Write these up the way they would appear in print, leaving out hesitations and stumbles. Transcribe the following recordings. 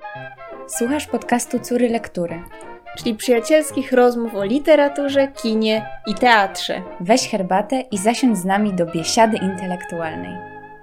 Słuchasz podcastu Córy Lektury, czyli przyjacielskich rozmów o literaturze, kinie i teatrze. Weź herbatę i zasiądź z nami do biesiady intelektualnej.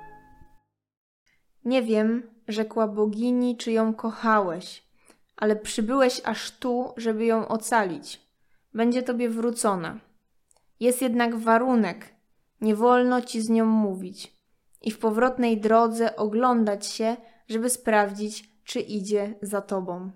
Nie wiem, rzekła bogini, czy ją kochałeś, ale przybyłeś aż tu, żeby ją ocalić. Będzie tobie wrócona. Jest jednak warunek, nie wolno ci z nią mówić i w powrotnej drodze oglądać się, żeby sprawdzić, czy idzie za tobą.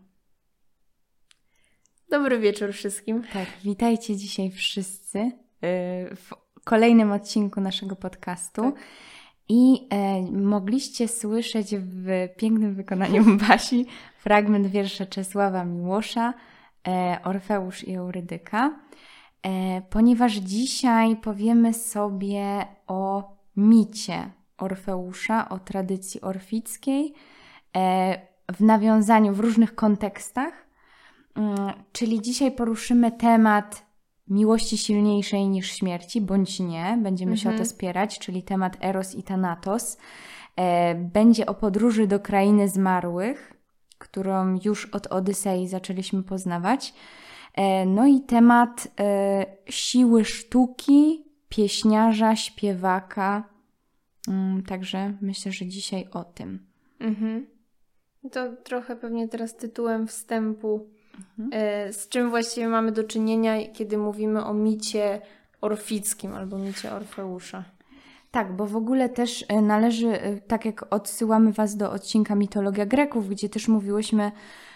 Dobry wieczór wszystkim. Tak, witajcie dzisiaj wszyscy w kolejnym odcinku naszego podcastu. Tak. I mogliście słyszeć w pięknym wykonaniu Basi fragment wiersza Czesława Miłosza Orfeusz i Eurydyka, ponieważ dzisiaj powiemy sobie o micie Orfeusza, o tradycji orfickiej, w nawiązaniu, w różnych kontekstach, czyli dzisiaj poruszymy temat miłości silniejszej niż śmierci, bądź nie. Będziemy się o to spierać, czyli temat Eros i Thanatos. Będzie o podróży do krainy zmarłych, którą już od Odysei zaczęliśmy poznawać. No i temat siły sztuki, pieśniarza, śpiewaka. Także myślę, że dzisiaj o tym. To trochę pewnie teraz tytułem wstępu, z czym właściwie mamy do czynienia, kiedy mówimy o micie orfickim albo micie Orfeusza. Tak, bo w ogóle też należy, tak jak odsyłamy Was do odcinka Mitologia Greków, gdzie też mówiłyśmy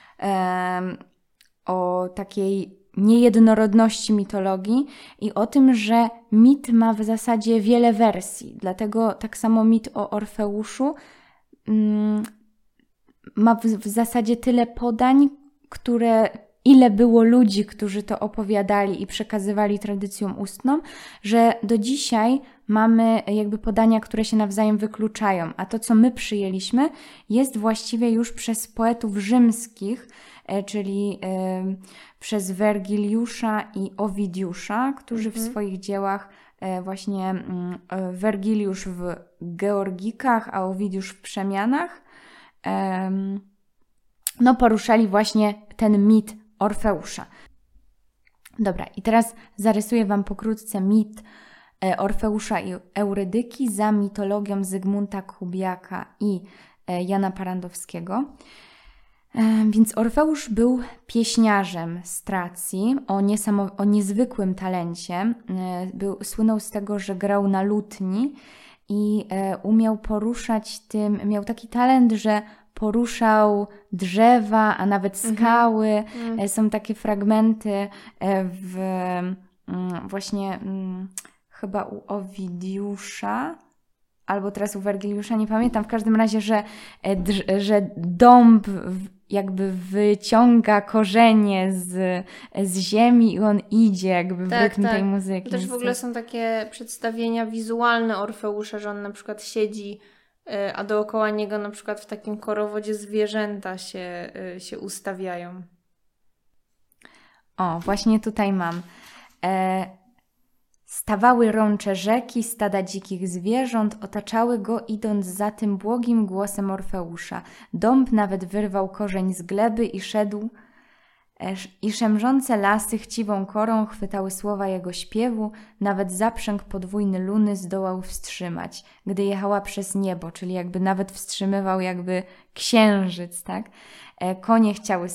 o takiej niejednorodności mitologii i o tym, że mit ma w zasadzie wiele wersji. Dlatego tak samo mit o Orfeuszu ma w zasadzie tyle podań, ile było ludzi, którzy to opowiadali i przekazywali tradycją ustną, że do dzisiaj mamy jakby podania, które się nawzajem wykluczają, a to, co my przyjęliśmy, jest właściwie już przez poetów rzymskich, czyli przez Wergiliusza i Owidiusza, którzy w swoich dziełach właśnie Wergiliusz w Georgikach, a Owidiusz w Przemianach poruszali właśnie ten mit Orfeusza. Dobra, i teraz zarysuję Wam pokrótce mit Orfeusza i Eurydyki za mitologią Zygmunta Kubiaka i Jana Parandowskiego. Więc Orfeusz był pieśniarzem z Tracji o niezwykłym talencie. Słynął z tego, że grał na lutni i umiał poruszać miał taki talent, że poruszał drzewa, a nawet skały. Są takie fragmenty właśnie chyba u Owidiusza, albo teraz u Wergiliusza, nie pamiętam. W każdym razie, że dąb jakby wyciąga korzenie z ziemi i on idzie jakby w rytm tej muzyki. Też w ogóle są takie przedstawienia wizualne Orfeusza, że on na przykład siedzi, a dookoła niego na przykład w takim korowodzie zwierzęta się ustawiają. O, właśnie tutaj mam. Stawały rącze rzeki, stada dzikich zwierząt, otaczały go, idąc za tym błogim głosem Orfeusza. Dąb nawet wyrwał korzeń z gleby i szedł, i szemrzące lasy chciwą korą chwytały słowa jego śpiewu, nawet zaprzęg podwójny luny zdołał wstrzymać, gdy jechała przez niebo, czyli jakby nawet wstrzymywał jakby księżyc, tak? Konie chciały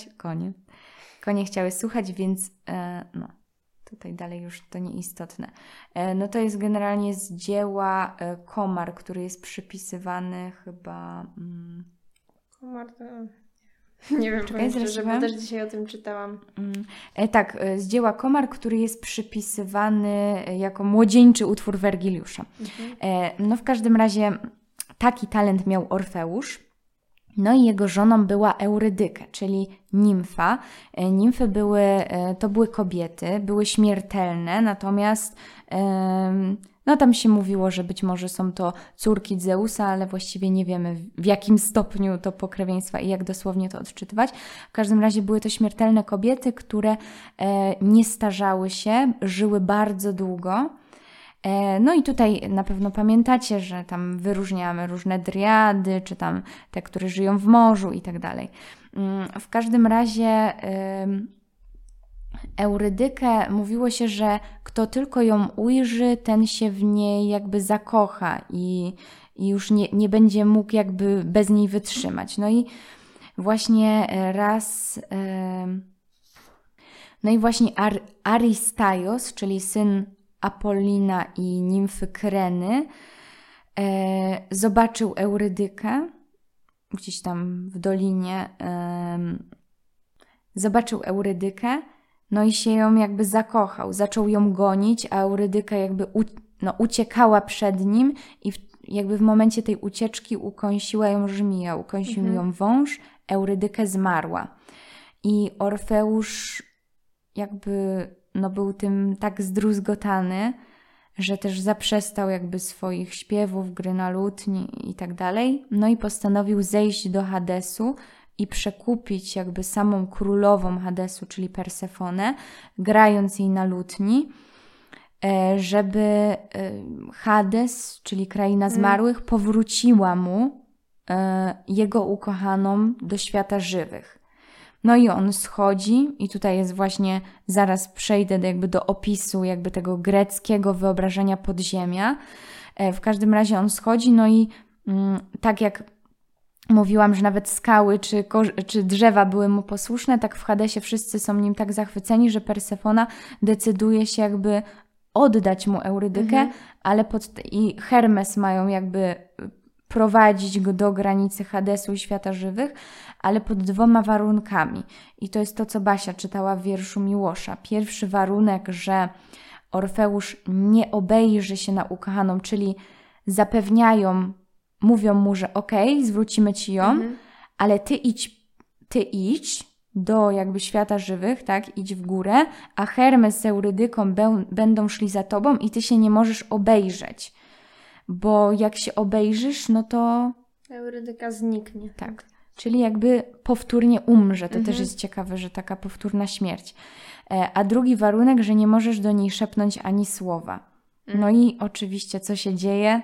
słuchać, więc tutaj dalej już to nieistotne. To jest generalnie z dzieła Komar, który jest przypisywany chyba... Komar to... Nie wiem, szczerze, bo też dzisiaj o tym czytałam. Tak, z dzieła Komar, który jest przypisywany jako młodzieńczy utwór Wergiliusza. W każdym razie taki talent miał Orfeusz. No i jego żoną była Eurydyka, czyli nimfa. Nimfy to były kobiety, były śmiertelne, natomiast tam się mówiło, że być może są to córki Zeusa, ale właściwie nie wiemy w jakim stopniu to pokrewieństwa i jak dosłownie to odczytywać. W każdym razie były to śmiertelne kobiety, które nie starzały się, żyły bardzo długo. No i tutaj na pewno pamiętacie, że tam wyróżniamy różne driady, czy tam te, które żyją w morzu i tak dalej. W każdym razie Eurydykę mówiło się, że kto tylko ją ujrzy, ten się w niej jakby zakocha i już nie będzie mógł jakby bez niej wytrzymać. No i właśnie Aristaios, czyli syn Apollina i nimfy Kreny, zobaczył Eurydykę gdzieś tam w dolinie, zobaczył Eurydykę, no i się ją jakby zakochał, zaczął ją gonić, a Eurydyka jakby uciekała przed nim i jakby w momencie tej ucieczki ukąsiła ją żmija, ukąsił ją wąż, Eurydykę zmarła. I Orfeusz jakby był tym tak zdruzgotany, że też zaprzestał jakby swoich śpiewów, gry na lutni i tak dalej. No i postanowił zejść do Hadesu i przekupić jakby samą królową Hadesu, czyli Persefonę, grając jej na lutni, żeby Hades, czyli kraina zmarłych, powróciła mu, jego ukochaną, do świata żywych. No i on schodzi i tutaj jest właśnie, zaraz przejdę do opisu jakby tego greckiego wyobrażenia podziemia. W każdym razie on schodzi, no i tak jak mówiłam, że nawet skały czy drzewa były mu posłuszne, tak w Hadesie wszyscy są nim tak zachwyceni, że Persefona decyduje się jakby oddać mu Eurydykę, ale i Hermes mają jakby prowadzić go do granicy Hadesu i świata żywych, ale pod 2 warunkami. I to jest to, co Basia czytała w wierszu Miłosza. Pierwszy warunek, że Orfeusz nie obejrzy się na ukochaną, czyli mówią mu, że okej, zwrócimy ci ją, ale ty idź do jakby świata żywych, tak, idź w górę, a Hermes z Eurydyką będą szli za tobą i ty się nie możesz obejrzeć. Bo jak się obejrzysz, no to Eurydyka zniknie. Tak. Czyli jakby powtórnie umrze. To też jest ciekawe, że taka powtórna śmierć. A drugi warunek, że nie możesz do niej szepnąć ani słowa. No i oczywiście co się dzieje?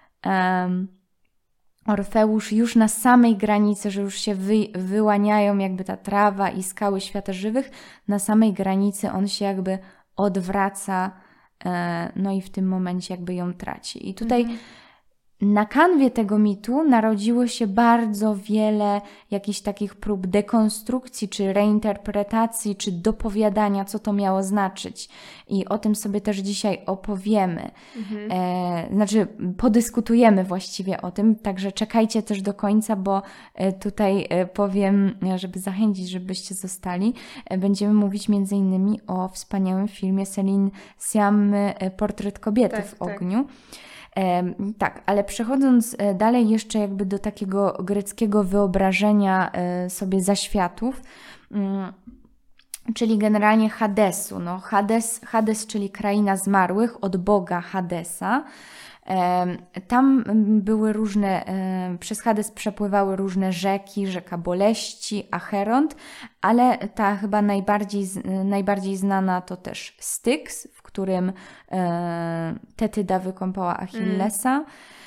Orfeusz już na samej granicy, że już się wyłaniają jakby ta trawa i skały świata żywych, na samej granicy on się jakby odwraca, no i w tym momencie jakby ją traci. I tutaj na kanwie tego mitu narodziło się bardzo wiele jakichś takich prób dekonstrukcji, czy reinterpretacji, czy dopowiadania, co to miało znaczyć. I o tym sobie też dzisiaj opowiemy. Podyskutujemy właściwie o tym, także czekajcie też do końca, bo tutaj powiem, żeby zachęcić, żebyście zostali. Będziemy mówić między innymi o wspaniałym filmie Céline Sciammy Portret kobiety w ogniu. Tak, ale przechodząc dalej jeszcze jakby do takiego greckiego wyobrażenia sobie zaświatów, czyli generalnie Hadesu. No, Hades, czyli kraina zmarłych, od boga Hadesa. Tam były różne, przez Hades przepływały różne rzeki, rzeka boleści, Acheront, ale ta chyba najbardziej znana to też Styx, w którym Tetyda wykąpała Achillesa,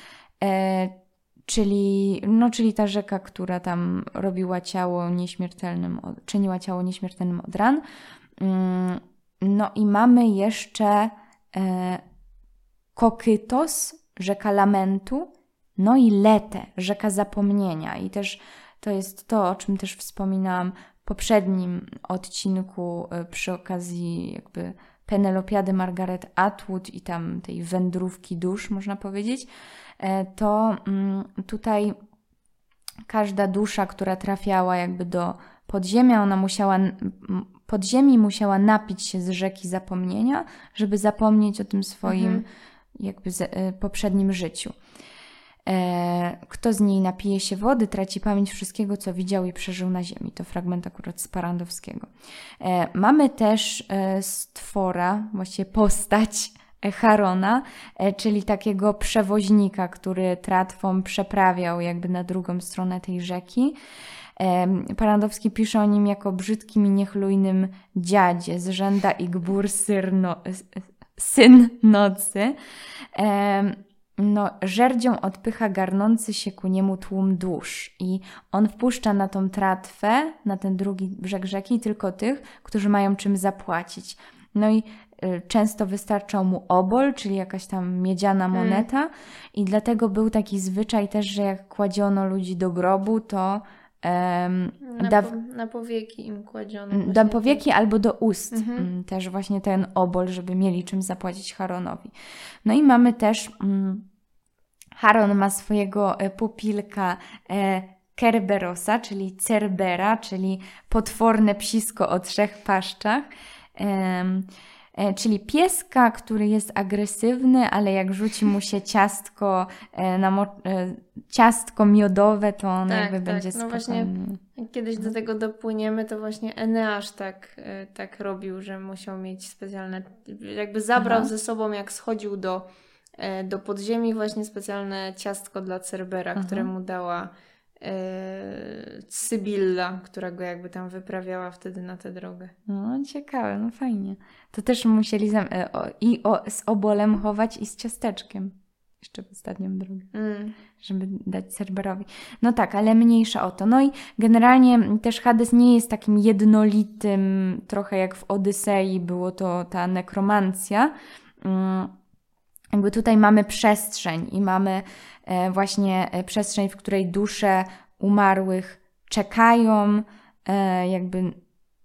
czyli ta rzeka, która tam czyniła ciało nieśmiertelnym od ran. No i mamy jeszcze Kokytos, rzeka lamentu, no i Lete, rzeka zapomnienia. I też to jest to, o czym też wspominałam w poprzednim odcinku przy okazji jakby Penelopiady Margaret Atwood i tam tej wędrówki dusz, można powiedzieć, to tutaj każda dusza, która trafiała jakby do podziemia, podziemi musiała napić się z rzeki zapomnienia, żeby zapomnieć o tym swoim jakby poprzednim życiu. Kto z niej napije się wody, traci pamięć wszystkiego, co widział i przeżył na ziemi. To fragment akurat z Parandowskiego. Mamy też stwora, właściwie postać Charona, czyli takiego przewoźnika, który tratwą przeprawiał jakby na drugą stronę tej rzeki. Parandowski pisze o nim jako brzydkim i niechlujnym dziadzie z rzęda i gbur syn nocy, no, żerdzią odpycha garnący się ku niemu tłum dusz i on wpuszcza na tą tratwę, na ten drugi brzeg rzeki tylko tych, którzy mają czym zapłacić. No i często wystarczał mu obol, czyli jakaś tam miedziana moneta i dlatego był taki zwyczaj też, że jak kładziono ludzi do grobu, to na powieki im kładziono. Do powieki albo do ust też właśnie ten obol, żeby mieli czym zapłacić Charonowi. No i mamy też, Charon ma swojego pupilka Kerberosa, czyli Cerbera, czyli potworne psisko o 3 paszczach, czyli pieska, który jest agresywny, ale jak rzuci mu się ciastko miodowe, to on jakby będzie spokojny. Właśnie jak kiedyś do tego dopłyniemy, to właśnie Eneasz tak robił, że musiał mieć specjalne, jakby zabrał ze sobą, jak schodził do podziemi, właśnie specjalne ciastko dla Cerbera, które mu dała Sybilla, która go jakby tam wyprawiała wtedy na tę drogę. No ciekawe, no fajnie. To też musieli z obolem chować i z ciasteczkiem. Jeszcze w ostatnią drogę. Żeby dać Cerberowi. No tak, ale mniejsza o to. No i generalnie też Hades nie jest takim jednolitym, trochę jak w Odysei było to ta nekromancja. Jakby tutaj mamy przestrzeń i mamy właśnie przestrzeń, w której dusze umarłych czekają jakby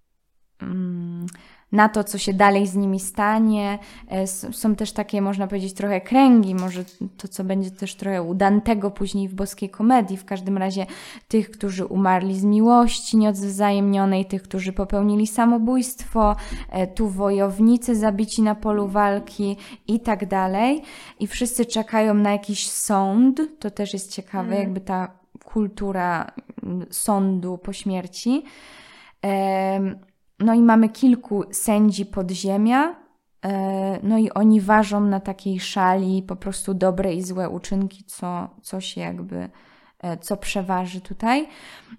na to, co się dalej z nimi stanie. Są też takie, można powiedzieć, trochę kręgi, może to, co będzie też trochę u Dantego później w Boskiej Komedii, w każdym razie tych, którzy umarli z miłości nieodwzajemnionej, tych, którzy popełnili samobójstwo, tu wojownicy zabici na polu walki i tak dalej. I wszyscy czekają na jakiś sąd, to też jest ciekawe, jakby ta kultura sądu po śmierci. No i mamy kilku sędzi podziemia, no i oni ważą na takiej szali po prostu dobre i złe uczynki, co się jakby, co przeważy tutaj.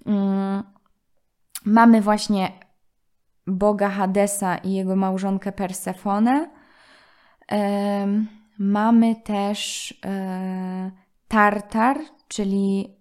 Mamy właśnie boga Hadesa i jego małżonkę Persefonę. Mamy też Tartar, czyli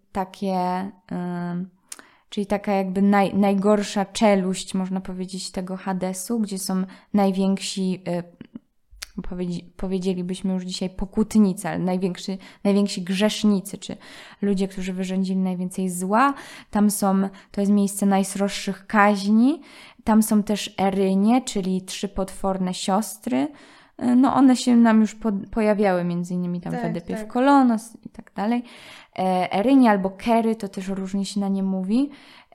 taka jakby najgorsza czeluść, można powiedzieć, tego Hadesu, gdzie są najwięksi, powiedzielibyśmy już dzisiaj pokutnicy, ale najwięksi grzesznicy, czy ludzie, którzy wyrządzili najwięcej zła. To jest miejsce najsroższych kaźni. Tam są też Erynie, czyli 3 potworne siostry. No one się nam już pojawiały, między innymi tam w Edypie w Kolonos i tak dalej. Erynie albo Kery, to też różnie się na nie mówi.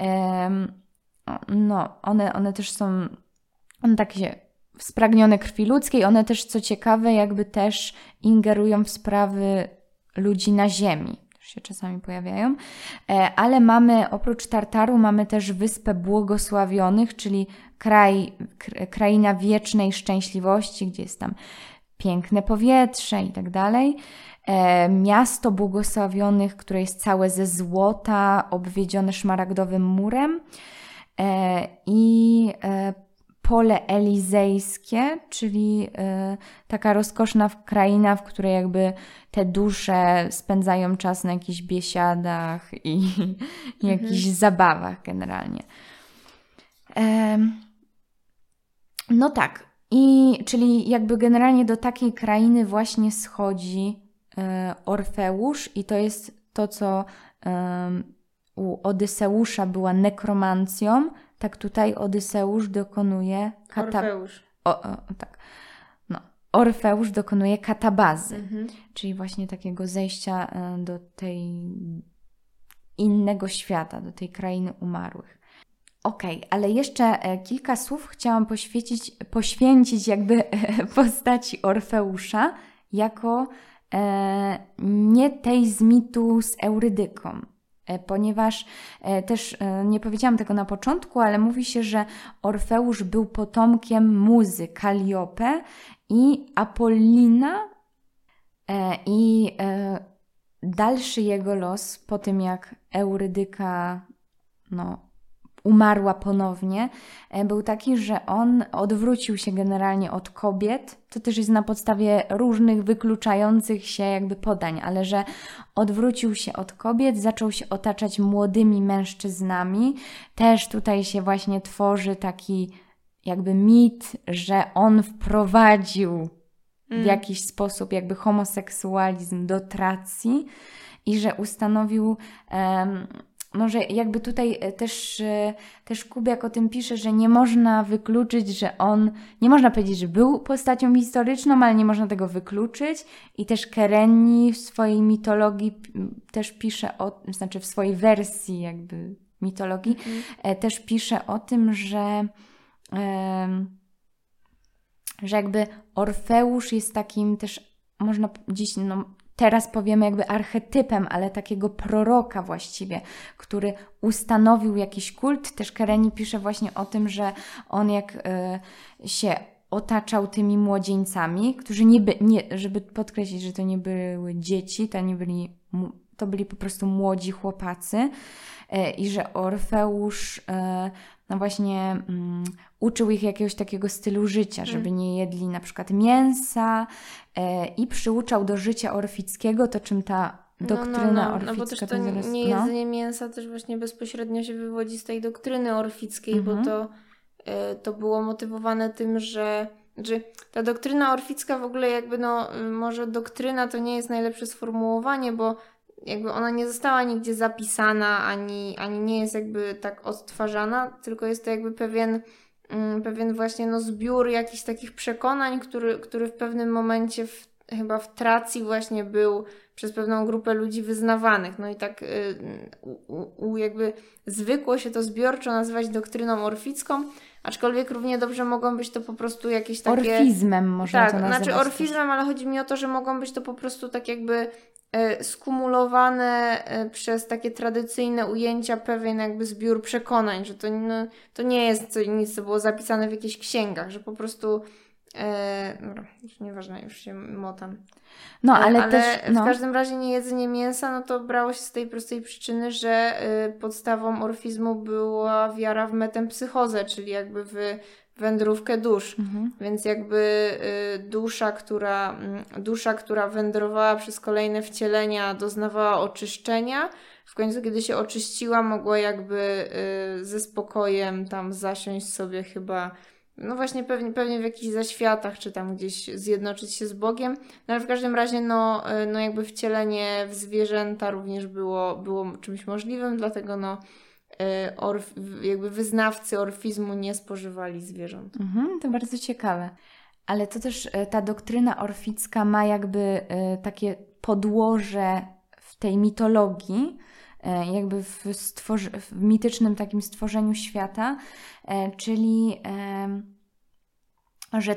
No, one też są takie spragnione krwi ludzkiej. One też, co ciekawe, jakby też ingerują w sprawy ludzi na ziemi. Też się czasami pojawiają. Ale oprócz Tartaru mamy też Wyspę Błogosławionych, czyli kraina wiecznej szczęśliwości, gdzie jest tam piękne powietrze i tak dalej. Miasto błogosławionych, które jest całe ze złota, obwiedzione szmaragdowym murem. I pole elizejskie, czyli taka rozkoszna kraina, w której jakby te dusze spędzają czas na jakichś biesiadach i jakichś zabawach generalnie. No tak, czyli jakby generalnie do takiej krainy właśnie schodzi Orfeusz i to jest to, co u Odyseusza była nekromancją, tak tutaj Odyseusz dokonuje Orfeusz. Tak. No. Orfeusz dokonuje katabazy, czyli właśnie takiego zejścia do tej innego świata, do tej krainy umarłych. Okej, ale jeszcze kilka słów chciałam poświęcić jakby postaci Orfeusza jako nie tej z mitu z Eurydyką. Ponieważ też nie powiedziałam tego na początku, ale mówi się, że Orfeusz był potomkiem muzy Kalliope i Apollina i dalszy jego los po tym, jak Eurydyka umarła ponownie, był taki, że on odwrócił się generalnie od kobiet. To też jest na podstawie różnych wykluczających się jakby podań, ale że odwrócił się od kobiet, zaczął się otaczać młodymi mężczyznami. Też tutaj się właśnie tworzy taki jakby mit, że on wprowadził w jakiś sposób jakby homoseksualizm do Tracji i że ustanowił, no że jakby tutaj też Kubiak o tym pisze, że nie można wykluczyć, że on, nie można powiedzieć, że był postacią historyczną, ale nie można tego wykluczyć i też Kerenyi w swojej mitologii też pisze znaczy w swojej wersji jakby mitologii też pisze o tym, że jakby Orfeusz jest takim też, można dziś, teraz powiemy jakby archetypem, ale takiego proroka właściwie, który ustanowił jakiś kult. Też Kerenyi pisze właśnie o tym, że on jak się otaczał tymi młodzieńcami, którzy żeby podkreślić, że to nie były dzieci, to byli po prostu młodzi chłopacy i że Orfeusz no właśnie uczył ich jakiegoś takiego stylu życia, żeby nie jedli na przykład mięsa i przyuczał do życia orfickiego, to czym ta doktryna orficka... No bo też to nie jedzenie mięsa też właśnie bezpośrednio się wywodzi z tej doktryny orfickiej, bo to było motywowane tym, że ta doktryna orficka w ogóle jakby może doktryna to nie jest najlepsze sformułowanie, bo jakby ona nie została nigdzie zapisana, ani nie jest jakby tak odtwarzana, tylko jest to jakby pewien właśnie zbiór jakichś takich przekonań, który w pewnym momencie chyba w Tracji właśnie był przez pewną grupę ludzi wyznawanych. No i tak jakby zwykło się to zbiorczo nazywać doktryną orficką, aczkolwiek równie dobrze mogą być to po prostu jakieś takie... Orfizmem można to nazywać. Znaczy orfizmem, ale chodzi mi o to, że mogą być to po prostu tak jakby skumulowane przez takie tradycyjne ujęcia pewien jakby zbiór przekonań, że to nie jest nic, co było zapisane w jakichś księgach, że po prostu dobra, nieważne, już się motam. No, ale też... w każdym razie niejedzenie mięsa, to brało się z tej prostej przyczyny, że podstawą orfizmu była wiara w metempsychozę, czyli jakby w wędrówkę dusz. Więc jakby dusza, która wędrowała przez kolejne wcielenia, doznawała oczyszczenia. W końcu, kiedy się oczyściła, mogła jakby ze spokojem tam zasiąść sobie chyba, no właśnie pewnie w jakichś zaświatach, czy tam gdzieś zjednoczyć się z Bogiem. No ale w każdym razie jakby wcielenie w zwierzęta również było czymś możliwym, dlatego jakby wyznawcy orfizmu nie spożywali zwierząt. To bardzo ciekawe. Ale to też ta doktryna orficka ma jakby takie podłoże w tej mitologii, jakby w mitycznym takim stworzeniu świata, czyli że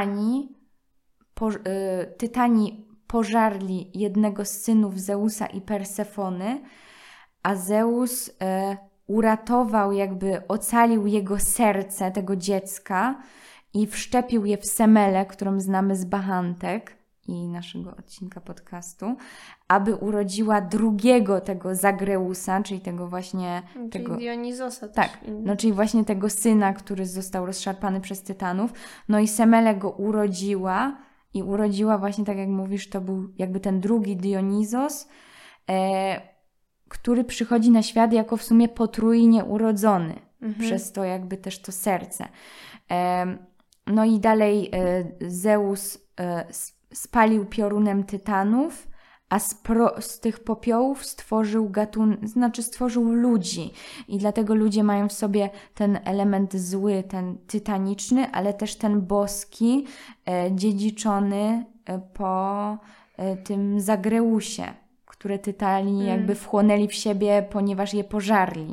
Tytani pożarli jednego z synów Zeusa i Persefony, a Zeus uratował, jakby ocalił jego serce, tego dziecka i wszczepił je w Semelę, którą znamy z Bachantek i naszego odcinka podcastu, aby urodziła drugiego tego Zagreusa, czyli tego właśnie... Czyli Dionizosa. Tak, czyli właśnie tego syna, który został rozszarpany przez Tytanów. No i Semele go urodziła i urodziła właśnie, tak jak mówisz, to był jakby ten drugi Dionizos, który przychodzi na świat jako w sumie potrójnie urodzony. Przez to jakby też to serce. No i dalej Zeus spalił piorunem Tytanów, a z tych popiołów stworzył ludzi. I dlatego ludzie mają w sobie ten element zły, ten tytaniczny, ale też ten boski, dziedziczony po tym Zagreusie, które Tytani jakby wchłonęli w siebie, ponieważ je pożarli.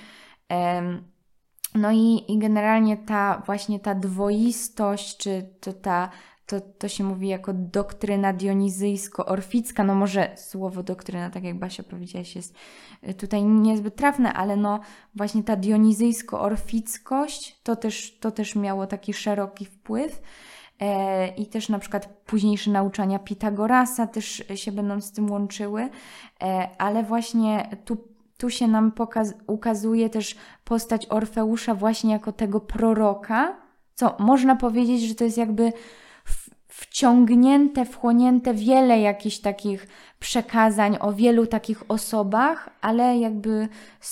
No i generalnie ta dwoistość, czy to się mówi jako doktryna dionizyjsko-orficka, no może słowo doktryna, tak jak Basia powiedziałaś, jest tutaj niezbyt trafne, ale właśnie ta dionizyjsko-orfickość to też miało taki szeroki wpływ i też na przykład późniejsze nauczania Pitagorasa też się będą z tym łączyły, ale właśnie tu tu się nam ukazuje też postać Orfeusza właśnie jako tego proroka, co można powiedzieć, że to jest jakby wchłonięte wiele jakichś takich przekazań o wielu takich osobach, ale jakby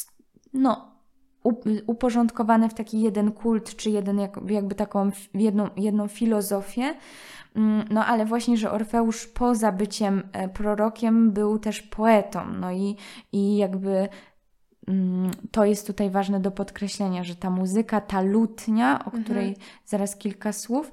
uporządkowane w taki jeden kult, czy jakby taką jedną filozofię. No ale właśnie, że Orfeusz poza byciem prorokiem był też poetą. No i jakby to jest tutaj ważne do podkreślenia, że ta muzyka, ta lutnia, o której zaraz kilka słów,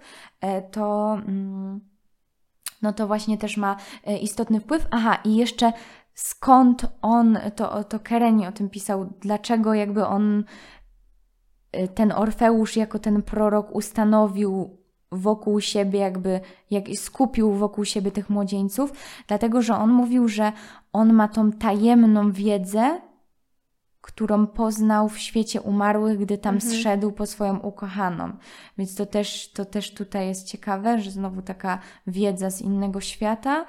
to właśnie też ma istotny wpływ. Aha, i jeszcze skąd on, to Kereni o tym pisał, dlaczego jakby on, ten Orfeusz jako ten prorok ustanowił wokół siebie skupił wokół siebie tych młodzieńców, dlatego, że on mówił, że on ma tą tajemną wiedzę, którą poznał w świecie umarłych, gdy tam zszedł po swoją ukochaną. Więc to też tutaj jest ciekawe, że znowu taka wiedza z innego świata.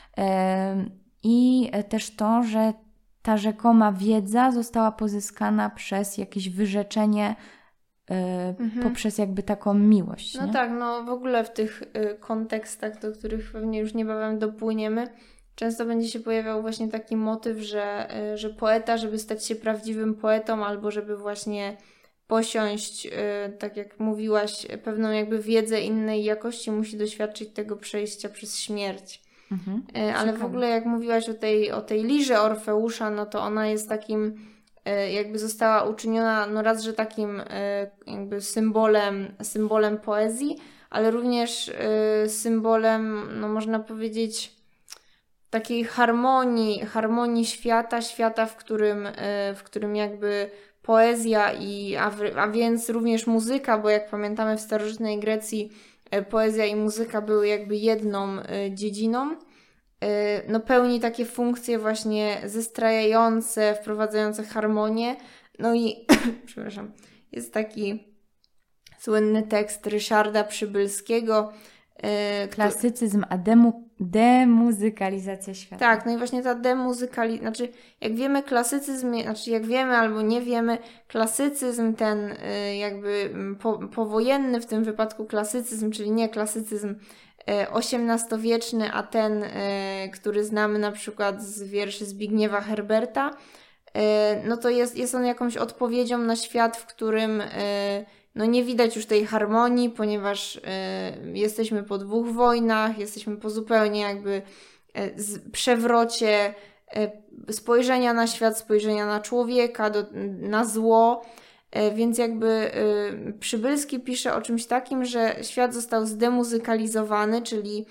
I też to, że ta rzekoma wiedza została pozyskana przez jakieś wyrzeczenie poprzez jakby taką miłość. No nie? tak, w ogóle w tych kontekstach, do których pewnie już niebawem dopłyniemy, często będzie się pojawiał właśnie taki motyw, że poeta, żeby stać się prawdziwym poetą albo żeby właśnie posiąść, tak jak mówiłaś, pewną jakby wiedzę innej jakości, musi doświadczyć tego przejścia przez śmierć. Ale w ogóle jak mówiłaś o tej lirze Orfeusza, no to ona jest takim, jakby została uczyniona, raz, że takim jakby symbolem poezji, ale również symbolem, można powiedzieć, takiej harmonii świata, w którym jakby poezja a więc również muzyka, bo jak pamiętamy w starożytnej Grecji poezja i muzyka były jakby jedną dziedziną, pełni takie funkcje właśnie zestrajające, wprowadzające harmonię. No i przepraszam, jest taki słynny tekst Ryszarda Przybylskiego. Klasycyzm, a demuzykalizacja świata. Tak, no i właśnie ta demuzykalizacja, jak wiemy jak wiemy albo nie wiemy, klasycyzm ten jakby powojenny, w tym wypadku klasycyzm, czyli nie klasycyzm XVIII-wieczny, a ten, który znamy na przykład z wierszy Zbigniewa Herberta, no to jest on jakąś odpowiedzią na świat, w którym nie widać już tej harmonii, ponieważ jesteśmy po 2 wojnach, jesteśmy po zupełnie jakby przewrocie spojrzenia na świat, spojrzenia na człowieka, na zło. Więc jakby Przybylski pisze o czymś takim, że świat został zdemuzykalizowany, czyli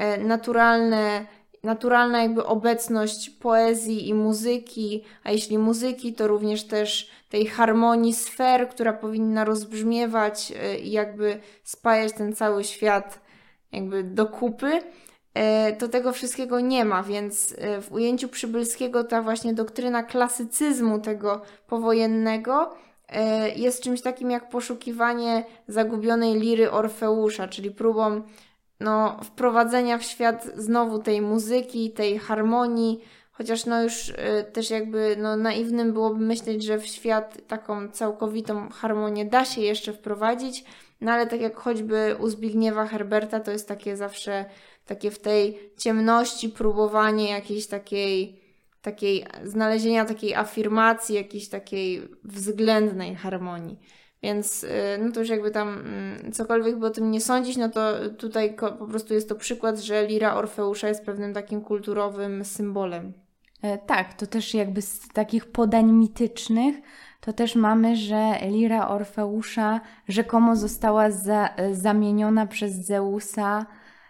naturalna jakby obecność poezji i muzyki, a jeśli muzyki, to również też tej harmonii sfer, która powinna rozbrzmiewać i jakby spajać ten cały świat jakby do kupy, to tego wszystkiego nie ma, więc w ujęciu Przybylskiego ta właśnie doktryna klasycyzmu tego powojennego jest czymś takim jak poszukiwanie zagubionej liry Orfeusza, czyli próbą wprowadzenia w świat znowu tej muzyki, tej harmonii, chociaż już też jakby naiwnym byłoby myśleć, że w świat taką całkowitą harmonię da się jeszcze wprowadzić, ale tak jak choćby u Zbigniewa Herberta, to jest takie zawsze takie w tej ciemności próbowanie jakiejś takiej znalezienia takiej afirmacji, jakiejś takiej względnej harmonii. Więc to już jakby tam cokolwiek by o tym nie sądzić, no to tutaj po prostu jest to przykład, że lira Orfeusza jest pewnym takim kulturowym symbolem. Tak, to też jakby z takich podań mitycznych to też mamy, że lira Orfeusza rzekomo została zamieniona przez Zeusa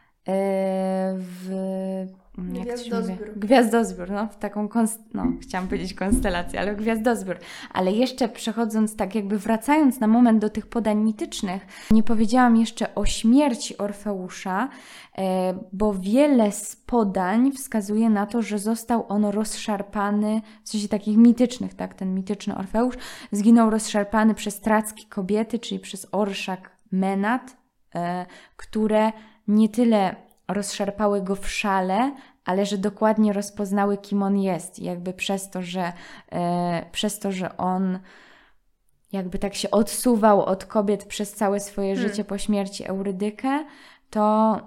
w Gwiazdozbiór, w taką, chciałam powiedzieć konstelację, ale gwiazdozbiór. Ale jeszcze przechodząc, tak jakby wracając na moment do tych podań mitycznych, nie powiedziałam jeszcze o śmierci Orfeusza, bo wiele z podań wskazuje na to, że został on rozszarpany, w sensie takich mitycznych, tak, ten mityczny Orfeusz zginął rozszarpany przez trackie kobiety, czyli przez orszak Menat, które nie tyle rozszarpały go w szale, ale że dokładnie rozpoznały, kim on jest. I jakby przez to, że on jakby tak się odsuwał od kobiet przez całe swoje życie po śmierci Eurydykę, to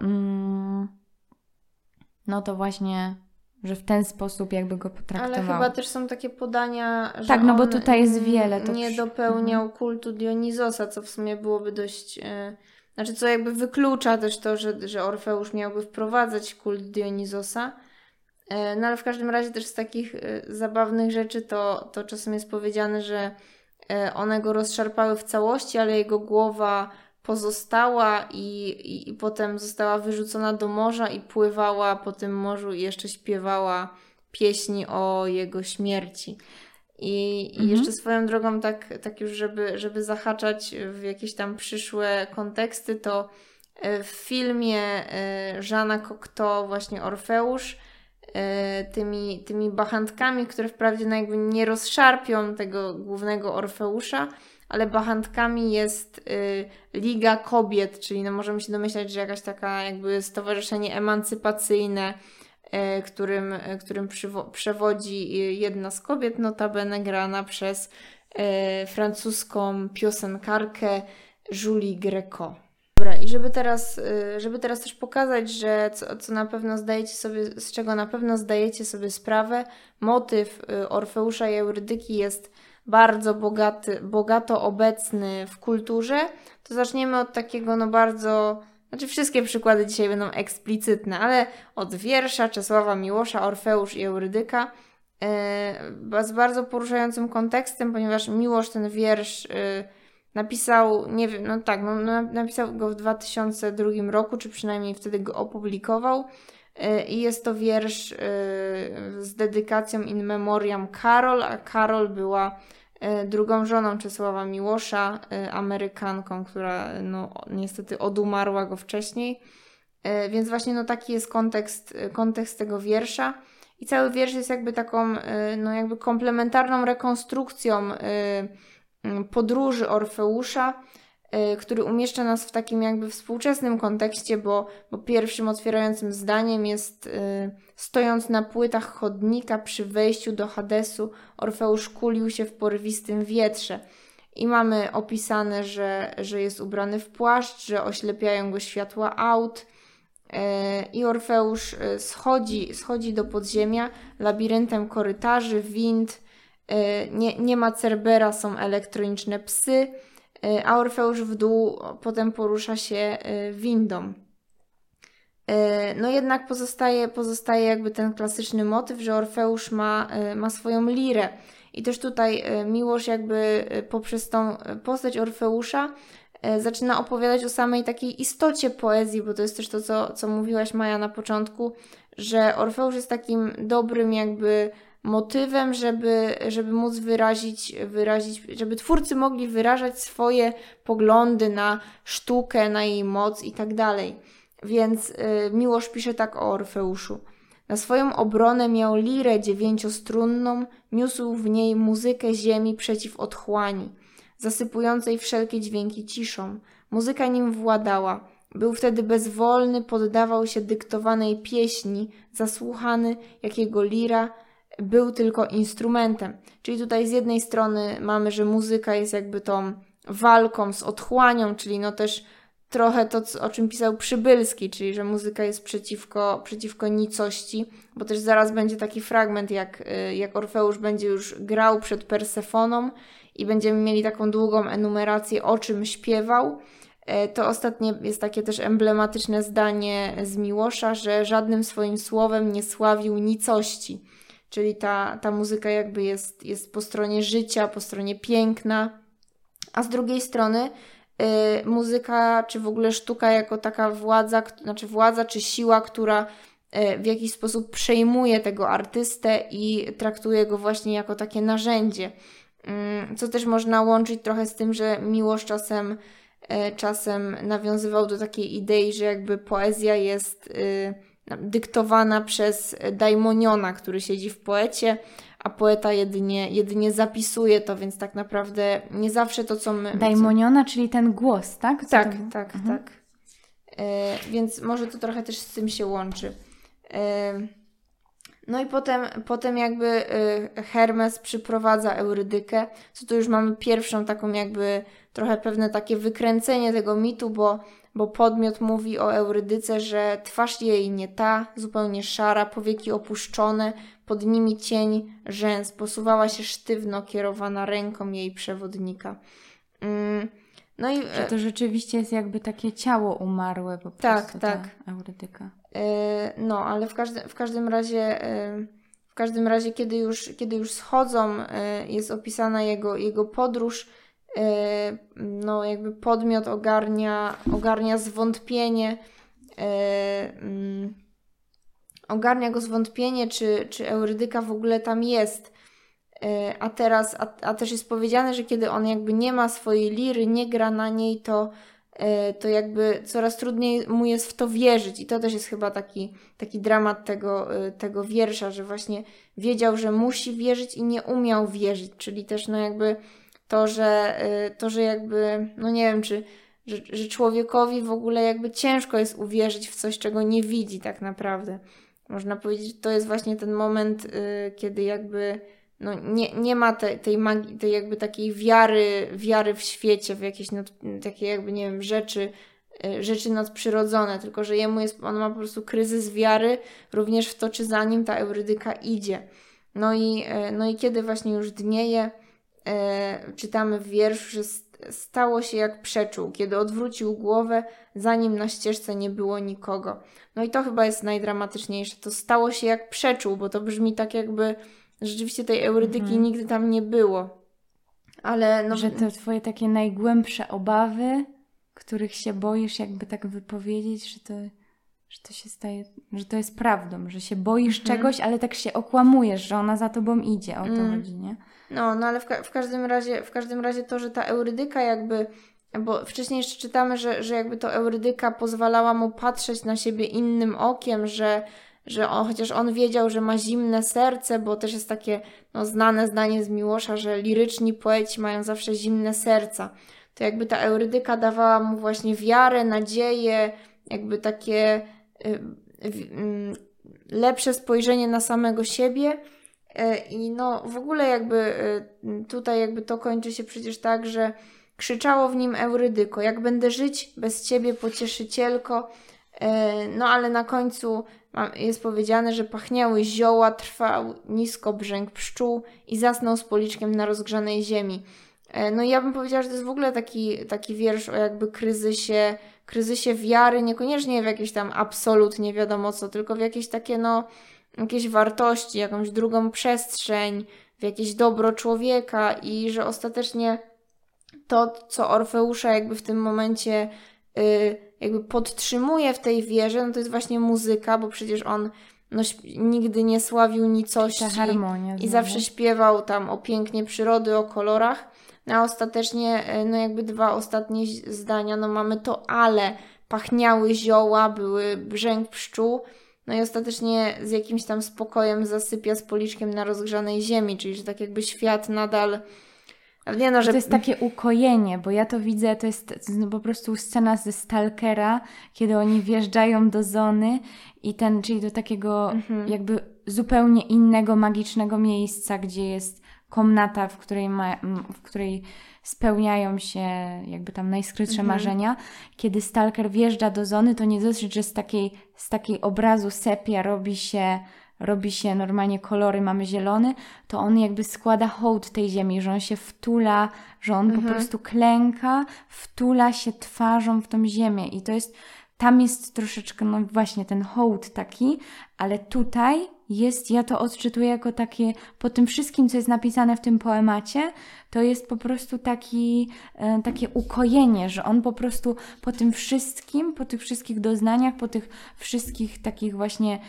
no to właśnie, że w ten sposób jakby go potraktował. Ale chyba też są takie podania, że tak, no bo on tutaj jest wiele. To nie dopełniał kultu Dionizosa, co w sumie byłoby dość... Znaczy, co jakby wyklucza też to, że Orfeusz miałby wprowadzać kult Dionizosa. No ale w każdym razie też z takich zabawnych rzeczy to czasem jest powiedziane, że one go rozszarpały w całości, ale jego głowa pozostała i potem została wyrzucona do morza i pływała po tym morzu i jeszcze śpiewała pieśni o jego śmierci. I jeszcze swoją drogą, tak już żeby zahaczać w jakieś tam przyszłe konteksty, to w filmie Jeana Cocteau właśnie Orfeusz tymi bachantkami, które wprawdzie no jakby nie rozszarpią tego głównego Orfeusza, ale bachantkami jest Liga Kobiet, czyli no możemy się domyślać, że jakaś taka jakby stowarzyszenie emancypacyjne, którym przewodzi jedna z kobiet, notabene grana przez francuską piosenkarkę Julie Greco. Dobra, i żeby teraz też pokazać, że co na pewno zdajecie sobie, z czego na pewno zdajecie sobie sprawę, motyw Orfeusza i Eurydyki jest bardzo bogato obecny w kulturze, to zaczniemy od takiego znaczy wszystkie przykłady dzisiaj będą eksplicytne, ale od wiersza Czesława Miłosza Orfeusz i Eurydyka z bardzo poruszającym kontekstem, ponieważ Miłosz ten wiersz napisał, nie wiem, napisał go w 2002 roku, czy przynajmniej wtedy go opublikował. I jest to wiersz z dedykacją in memoriam Karol, a Karol była drugą żoną Czesława Miłosza, Amerykanką, która niestety odumarła go wcześniej. Więc właśnie taki jest kontekst tego wiersza. I cały wiersz jest jakby taką jakby komplementarną rekonstrukcją podróży Orfeusza, który umieszcza nas w takim jakby współczesnym kontekście, bo pierwszym otwierającym zdaniem jest stojąc na płytach chodnika przy wejściu do Hadesu, Orfeusz kulił się w porywistym wietrze. I mamy opisane, że jest ubrany w płaszcz, że oślepiają go światła aut i Orfeusz schodzi do podziemia labiryntem korytarzy, wind, nie ma Cerbera, są elektroniczne psy, a Orfeusz w dół potem porusza się windą. No jednak pozostaje jakby ten klasyczny motyw, że Orfeusz ma swoją lirę. I też tutaj Miłosz jakby poprzez tą postać Orfeusza zaczyna opowiadać o samej takiej istocie poezji, bo to jest też to, co mówiłaś, Maja, na początku, że Orfeusz jest takim dobrym jakby motywem, żeby móc wyrazić, żeby twórcy mogli wyrażać swoje poglądy na sztukę, na jej moc i tak dalej. Więc Miłosz pisze tak o Orfeuszu. Na swoją obronę miał lirę 9-strunną, niósł w niej muzykę ziemi przeciw otchłani, zasypującej wszelkie dźwięki ciszą. Muzyka nim władała. Był wtedy bezwolny, poddawał się dyktowanej pieśni, zasłuchany, jak jego lira był tylko instrumentem. Czyli tutaj z jednej strony mamy, że muzyka jest jakby tą walką z otchłanią, czyli też trochę to, o czym pisał Przybylski, czyli że muzyka jest przeciwko nicości, bo też zaraz będzie taki fragment, jak Orfeusz będzie już grał przed Persefoną i będziemy mieli taką długą enumerację, o czym śpiewał. To ostatnie jest takie też emblematyczne zdanie z Miłosza, że żadnym swoim słowem nie sławił nicości. Czyli ta muzyka jakby jest po stronie życia, po stronie piękna, a z drugiej strony muzyka, czy w ogóle sztuka jako taka władza czy siła, która w jakiś sposób przejmuje tego artystę i traktuje go właśnie jako takie narzędzie. Co też można łączyć trochę z tym, że Miłosz czasem nawiązywał do takiej idei, że jakby poezja jest dyktowana przez daimoniona, który siedzi w poecie, a poeta jedynie zapisuje to, więc tak naprawdę nie zawsze to, co my... Daimoniona, czyli ten głos, tak? Tak. Więc może to trochę też z tym się łączy. No i potem jakby Hermes przyprowadza Eurydykę, co tu już mamy pierwszą taką jakby trochę pewne takie wykręcenie tego mitu, bo podmiot mówi o Eurydyce, że twarz jej nie ta, zupełnie szara, powieki opuszczone, pod nimi cień rzęs, posuwała się sztywno, kierowana ręką jej przewodnika. No i że to rzeczywiście jest jakby takie ciało umarłe po tak, prostu, tak. ta Eurydyka. No, ale w każdym razie kiedy już schodzą, jest opisana jego podróż, no jakby podmiot ogarnia zwątpienie, ogarnia go zwątpienie, czy Eurydyka w ogóle tam jest. A też jest powiedziane, że kiedy on jakby nie ma swojej liry, nie gra na niej, to jakby coraz trudniej mu jest w to wierzyć. I to też jest chyba taki dramat tego wiersza, że właśnie wiedział, że musi wierzyć i nie umiał wierzyć. Czyli też no jakby to, że jakby, no nie wiem, że człowiekowi w ogóle jakby ciężko jest uwierzyć w coś, czego nie widzi tak naprawdę. Można powiedzieć, że to jest właśnie ten moment, kiedy jakby no nie ma tej magii, tej jakby takiej wiary w świecie, w jakieś takie jakby, nie wiem, rzeczy nadprzyrodzone, tylko że on ma po prostu kryzys wiary również w to, czy za nim ta Eurydyka idzie. No i kiedy właśnie już dnieje, czytamy w wierszu, że stało się jak przeczuł, kiedy odwrócił głowę, za nim na ścieżce nie było nikogo. No i to chyba jest najdramatyczniejsze. To stało się jak przeczuł, bo to brzmi tak jakby rzeczywiście tej Eurydyki nigdy tam nie było. Ale no, że to twoje takie najgłębsze obawy, których się boisz jakby tak wypowiedzieć, że to się staje, że to jest prawdą, że się boisz czegoś, ale tak się okłamujesz, że ona za tobą idzie, o to chodzi, nie? No ale w każdym razie to, że ta Eurydyka jakby, bo wcześniej jeszcze czytamy, że jakby to Eurydyka pozwalała mu patrzeć na siebie innym okiem, że chociaż on wiedział, że ma zimne serce, bo też jest takie znane zdanie z Miłosza, że liryczni poeci mają zawsze zimne serca. To jakby ta Eurydyka dawała mu właśnie wiarę, nadzieję, jakby takie lepsze spojrzenie na samego siebie. I no w ogóle jakby tutaj jakby to kończy się przecież tak, że krzyczało w nim Eurydyko, jak będę żyć bez ciebie, pocieszycielko. No ale na końcu jest powiedziane, że pachniały zioła, trwał nisko brzęk pszczół i zasnął z policzkiem na rozgrzanej ziemi. No i ja bym powiedziała, że to jest w ogóle taki wiersz o jakby kryzysie wiary, niekoniecznie w jakieś tam absolut, nie wiadomo co, tylko w jakieś takie jakieś wartości, jakąś drugą przestrzeń, w jakieś dobro człowieka i że ostatecznie to, co Orfeusza jakby w tym momencie jakby podtrzymuje w tej wierze, no to jest właśnie muzyka, bo przecież on nigdy nie sławił nicości ta harmonia, i zawsze śpiewał tam o pięknie przyrody, o kolorach, a ostatecznie jakby dwa ostatnie zdania, mamy to ale, pachniały zioła, były brzęk pszczół, no i ostatecznie z jakimś tam spokojem zasypia z policzkiem na rozgrzanej ziemi, czyli że tak jakby świat nadal... To jest takie ukojenie, bo ja to widzę, to jest po prostu scena ze Stalkera, kiedy oni wjeżdżają do Zony czyli do takiego jakby zupełnie innego, magicznego miejsca, gdzie jest komnata, w której spełniają się jakby tam najskrytsze marzenia. Kiedy Stalker wjeżdża do Zony, to nie dosyć, że z takiej obrazu sepia robi się normalnie kolory, mamy zielony, to on jakby składa hołd tej ziemi, że on się wtula, że on po prostu klęka, wtula się twarzą w tą ziemię i tam jest troszeczkę, właśnie ten hołd taki, ale tutaj ja to odczytuję jako takie, po tym wszystkim, co jest napisane w tym poemacie, to jest po prostu takie ukojenie, że on po prostu po tym wszystkim, po tych wszystkich doznaniach, po tych wszystkich takich właśnie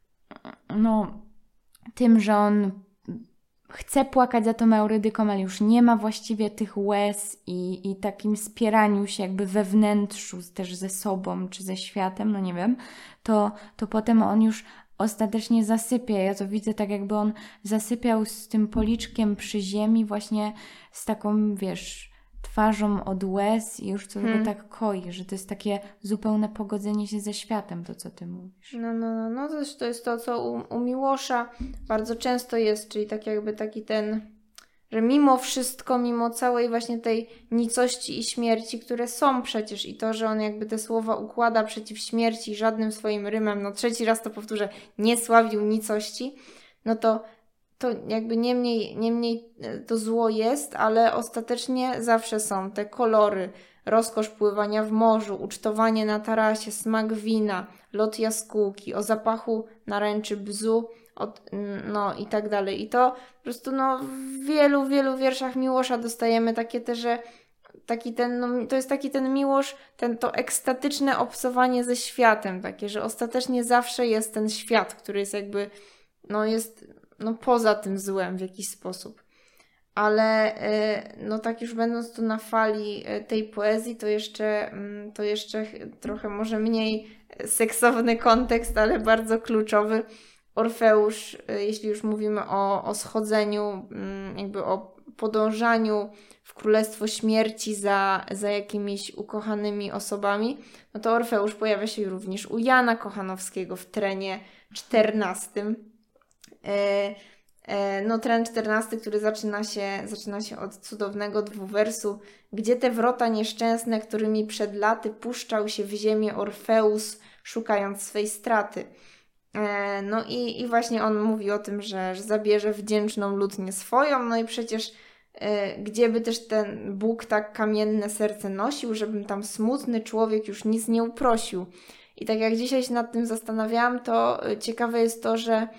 tym, że on chce płakać za tą Eurydyką, ale już nie ma właściwie tych łez i takim spieraniu się jakby we wnętrzu też ze sobą czy ze światem, nie wiem, to potem on już ostatecznie zasypia. Ja to widzę tak, jakby on zasypiał z tym policzkiem przy ziemi właśnie z taką, twarzą od łez i już to go tak koi, że to jest takie zupełne pogodzenie się ze światem, to co ty mówisz. No to jest to, co u Miłosza bardzo często jest, czyli tak jakby taki ten, że mimo wszystko, mimo całej właśnie tej nicości i śmierci, które są przecież i to, że on jakby te słowa układa przeciw śmierci żadnym swoim rymem, no trzeci raz to powtórzę, nie sławił nicości, no to jakby niemniej to zło jest, ale ostatecznie zawsze są te kolory, rozkosz pływania w morzu, ucztowanie na tarasie, smak wina, lot jaskółki, o zapachu naręczy bzu, no i tak dalej. I to po prostu w wielu wierszach Miłosza dostajemy takie te, że to jest taki ten Miłosz, to ekstatyczne obcowanie ze światem, takie, że ostatecznie zawsze jest ten świat, który jest jakby, jest poza tym złem w jakiś sposób. Ale tak już będąc tu na fali tej poezji, to jeszcze trochę może mniej seksowny kontekst, ale bardzo kluczowy. Orfeusz, jeśli już mówimy o schodzeniu, jakby o podążaniu w królestwo śmierci za jakimiś ukochanymi osobami, no to Orfeusz pojawia się również u Jana Kochanowskiego w trenie 14. Tren 14, który zaczyna się od cudownego dwuwersu, gdzie te wrota nieszczęsne, którymi przed laty puszczał się w ziemię Orfeus, szukając swej straty. I właśnie on mówi o tym, że zabierze wdzięczną lutnię swoją, no i przecież gdzie by też ten Bóg tak kamienne serce nosił, żebym tam smutny człowiek już nic nie uprosił. I tak jak dzisiaj się nad tym zastanawiałam, to ciekawe jest to, że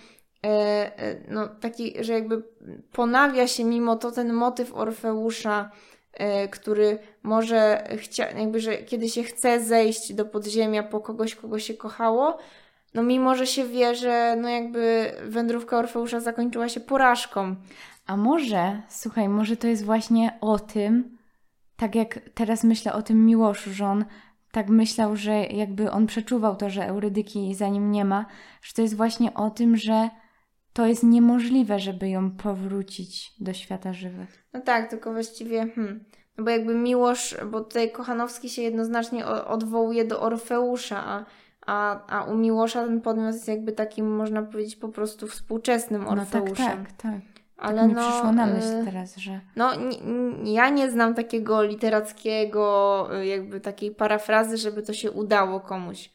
że jakby ponawia się mimo to ten motyw Orfeusza, który może że kiedy się chce zejść do podziemia po kogoś, kogo się kochało, mimo że się wie, że jakby wędrówka Orfeusza zakończyła się porażką. A może, słuchaj, może to jest właśnie o tym, tak jak teraz myślę o tym Miłoszu, że on tak myślał, że jakby on przeczuwał to, że Eurydyki za nim nie ma, że to jest właśnie o tym, że to jest niemożliwe, żeby ją powrócić do świata żywych. No tak, tylko właściwie, bo jakby Miłosz, bo tutaj Kochanowski się jednoznacznie odwołuje do Orfeusza, a u Miłosza ten podmiot jest jakby takim, można powiedzieć, po prostu współczesnym Orfeuszem. Tak. Ale tak mi przyszło na myśl teraz, że... Ja nie znam takiego literackiego, jakby takiej parafrazy, żeby to się udało komuś.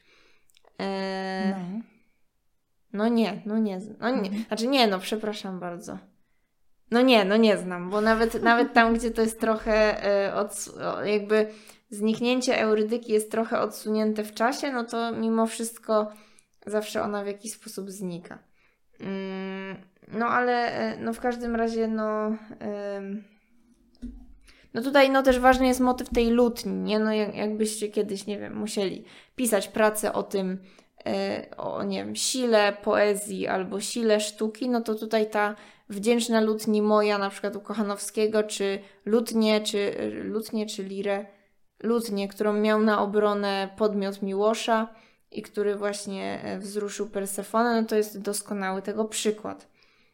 Przepraszam bardzo. Nie znam, bo nawet tam, gdzie to jest trochę jakby zniknięcie Eurydyki jest trochę odsunięte w czasie, no to mimo wszystko zawsze ona w jakiś sposób znika. Ale w każdym razie tutaj też ważny jest motyw tej lutni, nie? Jakbyście kiedyś, nie wiem, musieli pisać pracę o tym, sile poezji albo sile sztuki, no to tutaj ta wdzięczna lutni moja, na przykład u Kochanowskiego, czy lutnię, czy lirę, lutnię, którą miał na obronę podmiot Miłosza i który właśnie wzruszył Persefonę, no to jest doskonały tego przykład.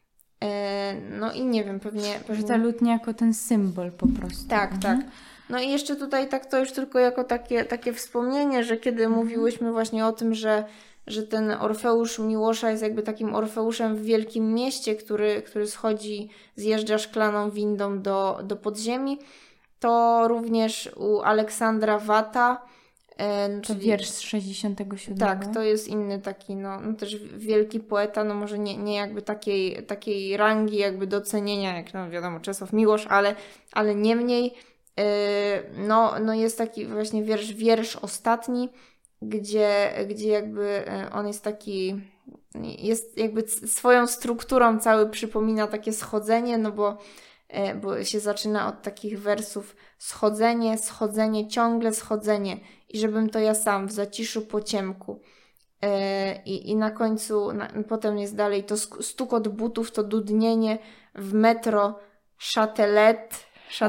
I nie wiem, pewnie... Że ta lutnia jako ten symbol po prostu. Tak. No i jeszcze tutaj tak to już tylko jako takie wspomnienie, że kiedy mówiłyśmy właśnie o tym, że ten Orfeusz Miłosza jest jakby takim Orfeuszem w wielkim mieście, który zjeżdża szklaną windą do podziemi, to również u Aleksandra Wata, to wiersz z 67. Tak, to jest inny taki, też wielki poeta, może nie jakby takiej rangi jakby docenienia, jak wiadomo Czesław Miłosz, ale niemniej jest taki właśnie wiersz ostatni, gdzie jakby on jest taki, jest jakby swoją strukturą cały przypomina takie schodzenie, bo się zaczyna od takich wersów schodzenie, ciągle schodzenie i żebym to ja sam w zaciszu po ciemku. I na końcu, potem jest dalej to stukot butów, to dudnienie w metro Châtelet.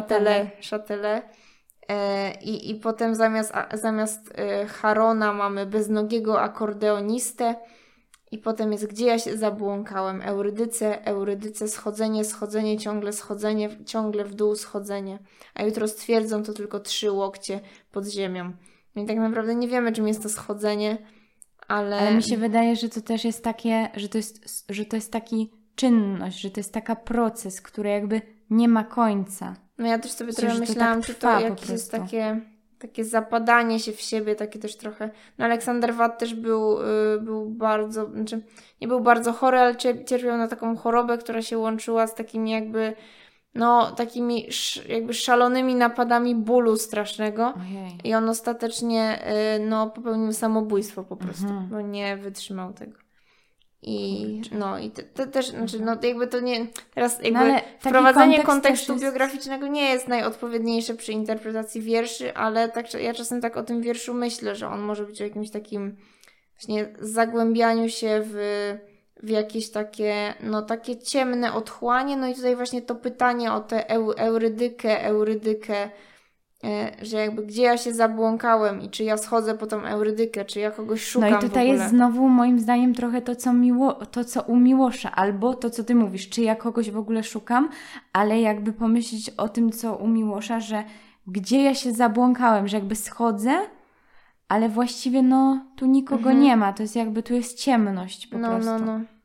I potem zamiast Charona mamy beznogiego akordeonistę I potem jest, gdzie ja się zabłąkałem, Eurydyce, Eurydyce, schodzenie, schodzenie, ciągle schodzenie, ciągle w dół schodzenie. A jutro stwierdzą to tylko 3 łokcie pod ziemią. No i tak naprawdę nie wiemy, czym jest to schodzenie, Ale mi się wydaje, że to też jest takie, że to jest taki czynność, że to jest taka proces, który jakby nie ma końca. No ja też sobie Że trochę to myślałam, tak czy trwa to po jakieś jest prostu. takie zapadanie się w siebie, takie też trochę... No Aleksander Watt też był bardzo, znaczy nie był bardzo chory, ale cierpiał na taką chorobę, która się łączyła z takimi jakby, no takimi jakby szalonymi napadami bólu strasznego. Ojej. I on ostatecznie no popełnił samobójstwo po prostu, Mhm. bo nie wytrzymał tego. I Kurczę. no i to też, znaczy no jakby to nie, teraz jakby No, ale taki wprowadzenie kontekst kontekstu też jest- biograficznego nie jest najodpowiedniejsze przy interpretacji wierszy, ale tak, ja czasem tak o tym wierszu myślę, że on może być o jakimś takim właśnie zagłębianiu się w jakieś takie, no takie ciemne otchłanie, no i tutaj właśnie to pytanie o tę Eurydykę, że jakby gdzie ja się zabłąkałem i czy ja schodzę po tą Eurydykę, czy ja kogoś szukam No i tutaj w ogóle. jest znowu moim zdaniem trochę to, co u Miłosza, albo to, co ty mówisz, czy ja kogoś w ogóle szukam, ale jakby pomyśleć o tym, co u Miłosza, że gdzie ja się zabłąkałem, że jakby schodzę, ale właściwie no tu nikogo nie ma, to jest jakby tu jest ciemność po prostu.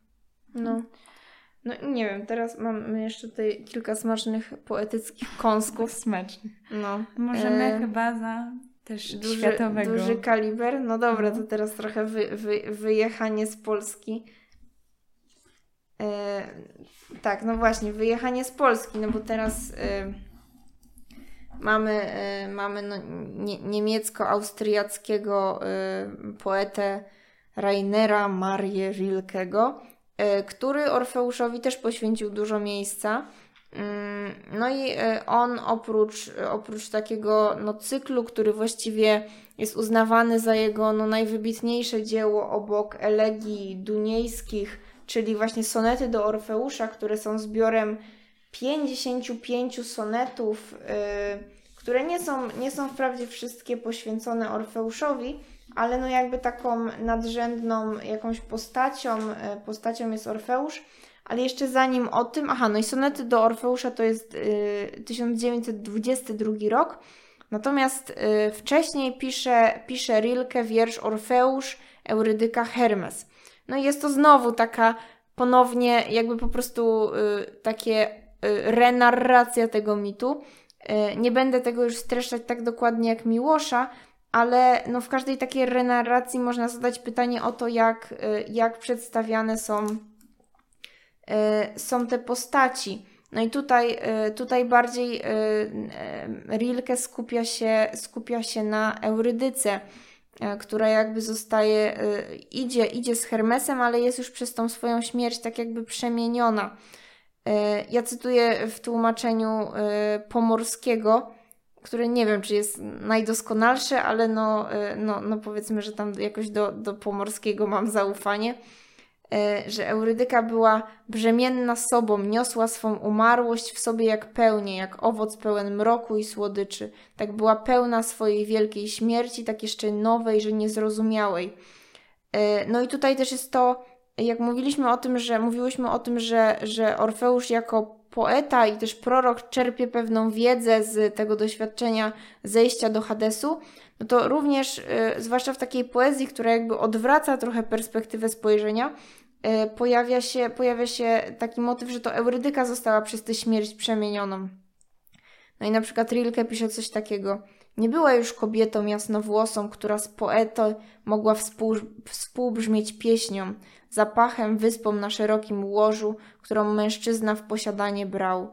No nie wiem, teraz mamy jeszcze tutaj kilka smacznych poetyckich kąsków. Smaczny. No. Możemy chyba za też światowego. Duży kaliber. No dobra, to teraz trochę wyjechanie z Polski. Tak, no właśnie, wyjechanie z Polski, no bo teraz mamy no, niemiecko-austriackiego poetę Rainera Marię Rilkego, który Orfeuszowi też poświęcił dużo miejsca. No i on oprócz takiego no, cyklu, który właściwie jest uznawany za jego no, najwybitniejsze dzieło obok elegii dunajskich, czyli właśnie sonety do Orfeusza, które są zbiorem 55 sonetów, które nie są wprawdzie wszystkie poświęcone Orfeuszowi, ale no jakby taką nadrzędną jakąś postacią jest Orfeusz, ale jeszcze zanim o tym, no i sonety do Orfeusza to jest 1922 rok, natomiast wcześniej pisze Rilke wiersz Orfeusz, Eurydyka, Hermes. No i jest to znowu taka ponownie jakby po prostu takie renarracja tego mitu. Nie będę tego już streszczać tak dokładnie jak Miłosza, ale no w każdej takiej renarracji można zadać pytanie o to, jak przedstawiane są te postaci. No i tutaj bardziej Rilke skupia się na Eurydyce, która jakby idzie z Hermesem, ale jest już przez tą swoją śmierć tak jakby przemieniona. Ja cytuję w tłumaczeniu Pomorskiego, które nie wiem, czy jest najdoskonalsze, ale no powiedzmy, że tam jakoś do Pomorskiego mam zaufanie, że Eurydyka była brzemienna sobą, niosła swą umarłość w sobie jak pełnię, jak owoc pełen mroku i słodyczy. Tak była pełna swojej wielkiej śmierci, tak jeszcze nowej, że niezrozumiałej. No i tutaj też jest to, jak mówiłyśmy o tym, że Orfeusz jako poeta i też prorok czerpie pewną wiedzę z tego doświadczenia zejścia do Hadesu, no to również, zwłaszcza w takiej poezji, która jakby odwraca trochę perspektywę spojrzenia, pojawia się taki motyw, że to Eurydyka została przez tę śmierć przemienioną. No i na przykład Rilke pisze coś takiego. Nie była już kobietą jasnowłosą, która z poetą mogła współbrzmieć pieśnią, zapachem, wyspą na szerokim łożu, którą mężczyzna w posiadanie brał.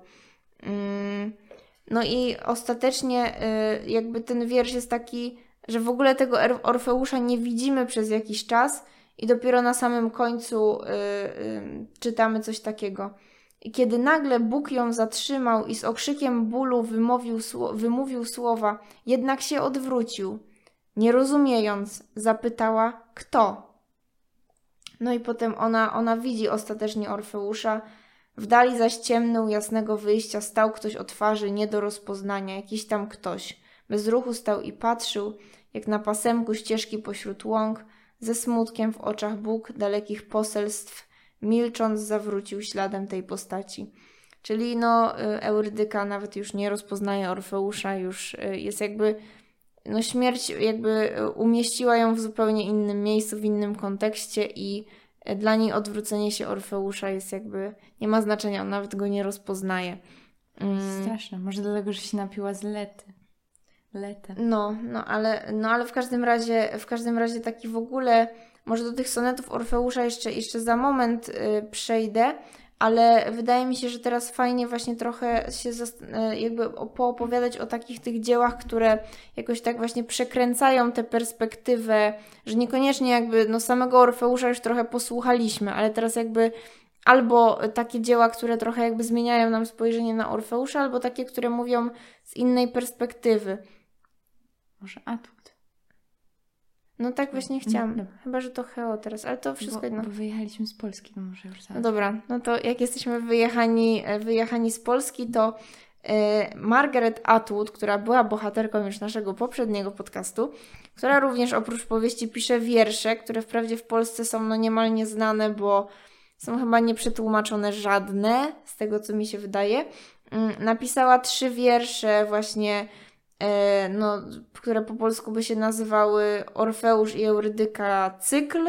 No i ostatecznie jakby ten wiersz jest taki, że w ogóle tego Orfeusza nie widzimy przez jakiś czas i dopiero na samym końcu czytamy coś takiego. I kiedy nagle Bóg ją zatrzymał i z okrzykiem bólu wymówił słowa, jednak się odwrócił. Nie rozumiejąc, zapytała, kto? No i potem ona widzi ostatecznie Orfeusza. W dali zaś ciemny u jasnego wyjścia stał ktoś o twarzy nie do rozpoznania, jakiś tam ktoś. Bez ruchu stał i patrzył, jak na pasemku ścieżki pośród łąk, Ze smutkiem w oczach Bóg dalekich poselstw, milcząc zawrócił śladem tej postaci. Czyli Eurydyka nawet już nie rozpoznaje Orfeusza, już jest jakby, śmierć jakby umieściła ją w zupełnie innym miejscu, w innym kontekście i dla niej odwrócenie się Orfeusza jest jakby, nie ma znaczenia, on nawet go nie rozpoznaje. Straszne, może dlatego, że się napiła z Letę. Ale w każdym razie taki w ogóle, może do tych sonetów Orfeusza jeszcze za moment przejdę, ale wydaje mi się, że teraz fajnie właśnie trochę się jakby poopowiadać o takich tych dziełach, które jakoś tak właśnie przekręcają tę perspektywę, że niekoniecznie jakby samego Orfeusza już trochę posłuchaliśmy, ale teraz jakby albo takie dzieła, które trochę jakby zmieniają nam spojrzenie na Orfeusza, albo takie, które mówią z innej perspektywy. Może Atwood. No tak właśnie chciałam. Chyba, że to Heo teraz, ale to wszystko jedno. Bo wyjechaliśmy z Polski, to może już zaraz. No dobra, no to jak jesteśmy wyjechani z Polski, to Margaret Atwood, która była bohaterką już naszego poprzedniego podcastu, która również oprócz powieści pisze wiersze, które wprawdzie w Polsce są niemal nieznane, bo są chyba nieprzetłumaczone żadne, z tego co mi się wydaje. Napisała 3 wiersze właśnie, które po polsku by się nazywały Orfeusz i Eurydyka cykl.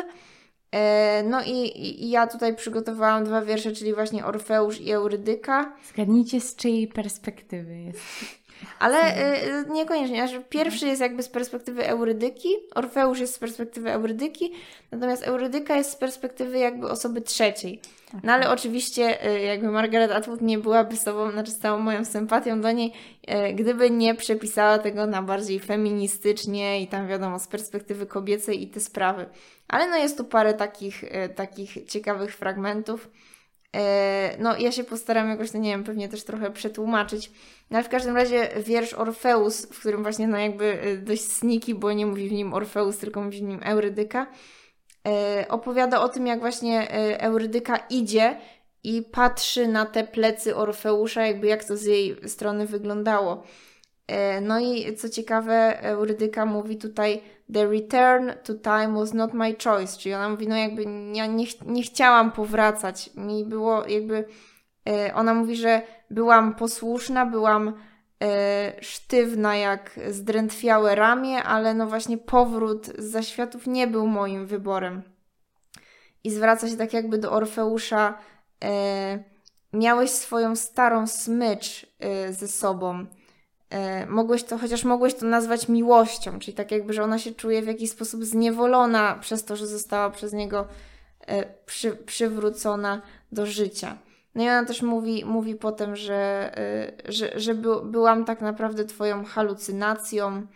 I ja tutaj przygotowałam 2 wiersze, czyli właśnie Orfeusz i Eurydyka. Zgadnijcie, z czyjej perspektywy jest. Ale niekoniecznie. Pierwszy jest jakby z perspektywy Eurydyki, Orfeusz jest z perspektywy Eurydyki, natomiast Eurydyka jest z perspektywy jakby osoby trzeciej. No ale oczywiście jakby Margaret Atwood nie byłaby sobą, z całą moją sympatią do niej, gdyby nie przepisała tego na bardziej feministycznie i tam wiadomo z perspektywy kobiecej i te sprawy. Ale jest tu parę takich ciekawych fragmentów. Ja się postaram jakoś, pewnie też trochę przetłumaczyć. No ale w każdym razie wiersz Orfeus, w którym właśnie jakby dość sneaky, bo nie mówi w nim Orfeus, tylko mówi w nim Eurydyka, opowiada o tym, jak właśnie Eurydyka idzie i patrzy na te plecy Orfeusza, jakby jak to z jej strony wyglądało. No i co ciekawe, Eurydyka mówi tutaj The return to time was not my choice, czyli ona mówi, jakby ja nie chciałam powracać, mi było jakby, ona mówi, że byłam posłuszna, byłam sztywna jak zdrętwiałe ramię, ale właśnie powrót z zaświatów nie był moim wyborem. I zwraca się tak jakby do Orfeusza, miałeś swoją starą smycz ze sobą, chociaż mogłeś to nazwać miłością, czyli tak jakby, że ona się czuje w jakiś sposób zniewolona przez to, że została przez niego przywrócona do życia. No i ona też mówi potem, że byłam tak naprawdę twoją halucynacją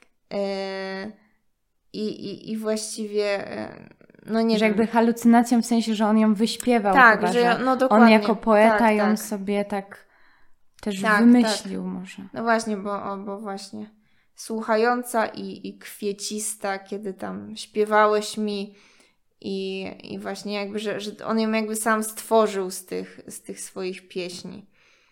i właściwie nie że wiem. jakby halucynacją w sensie, że on ją wyśpiewał. Tak, chyba, że dokładnie. On jako poeta ją tak. sobie tak też wymyślił może. No właśnie, bo właśnie słuchająca i kwiecista, kiedy tam śpiewałeś mi i właśnie jakby, że on ją jakby sam stworzył z tych swoich pieśni.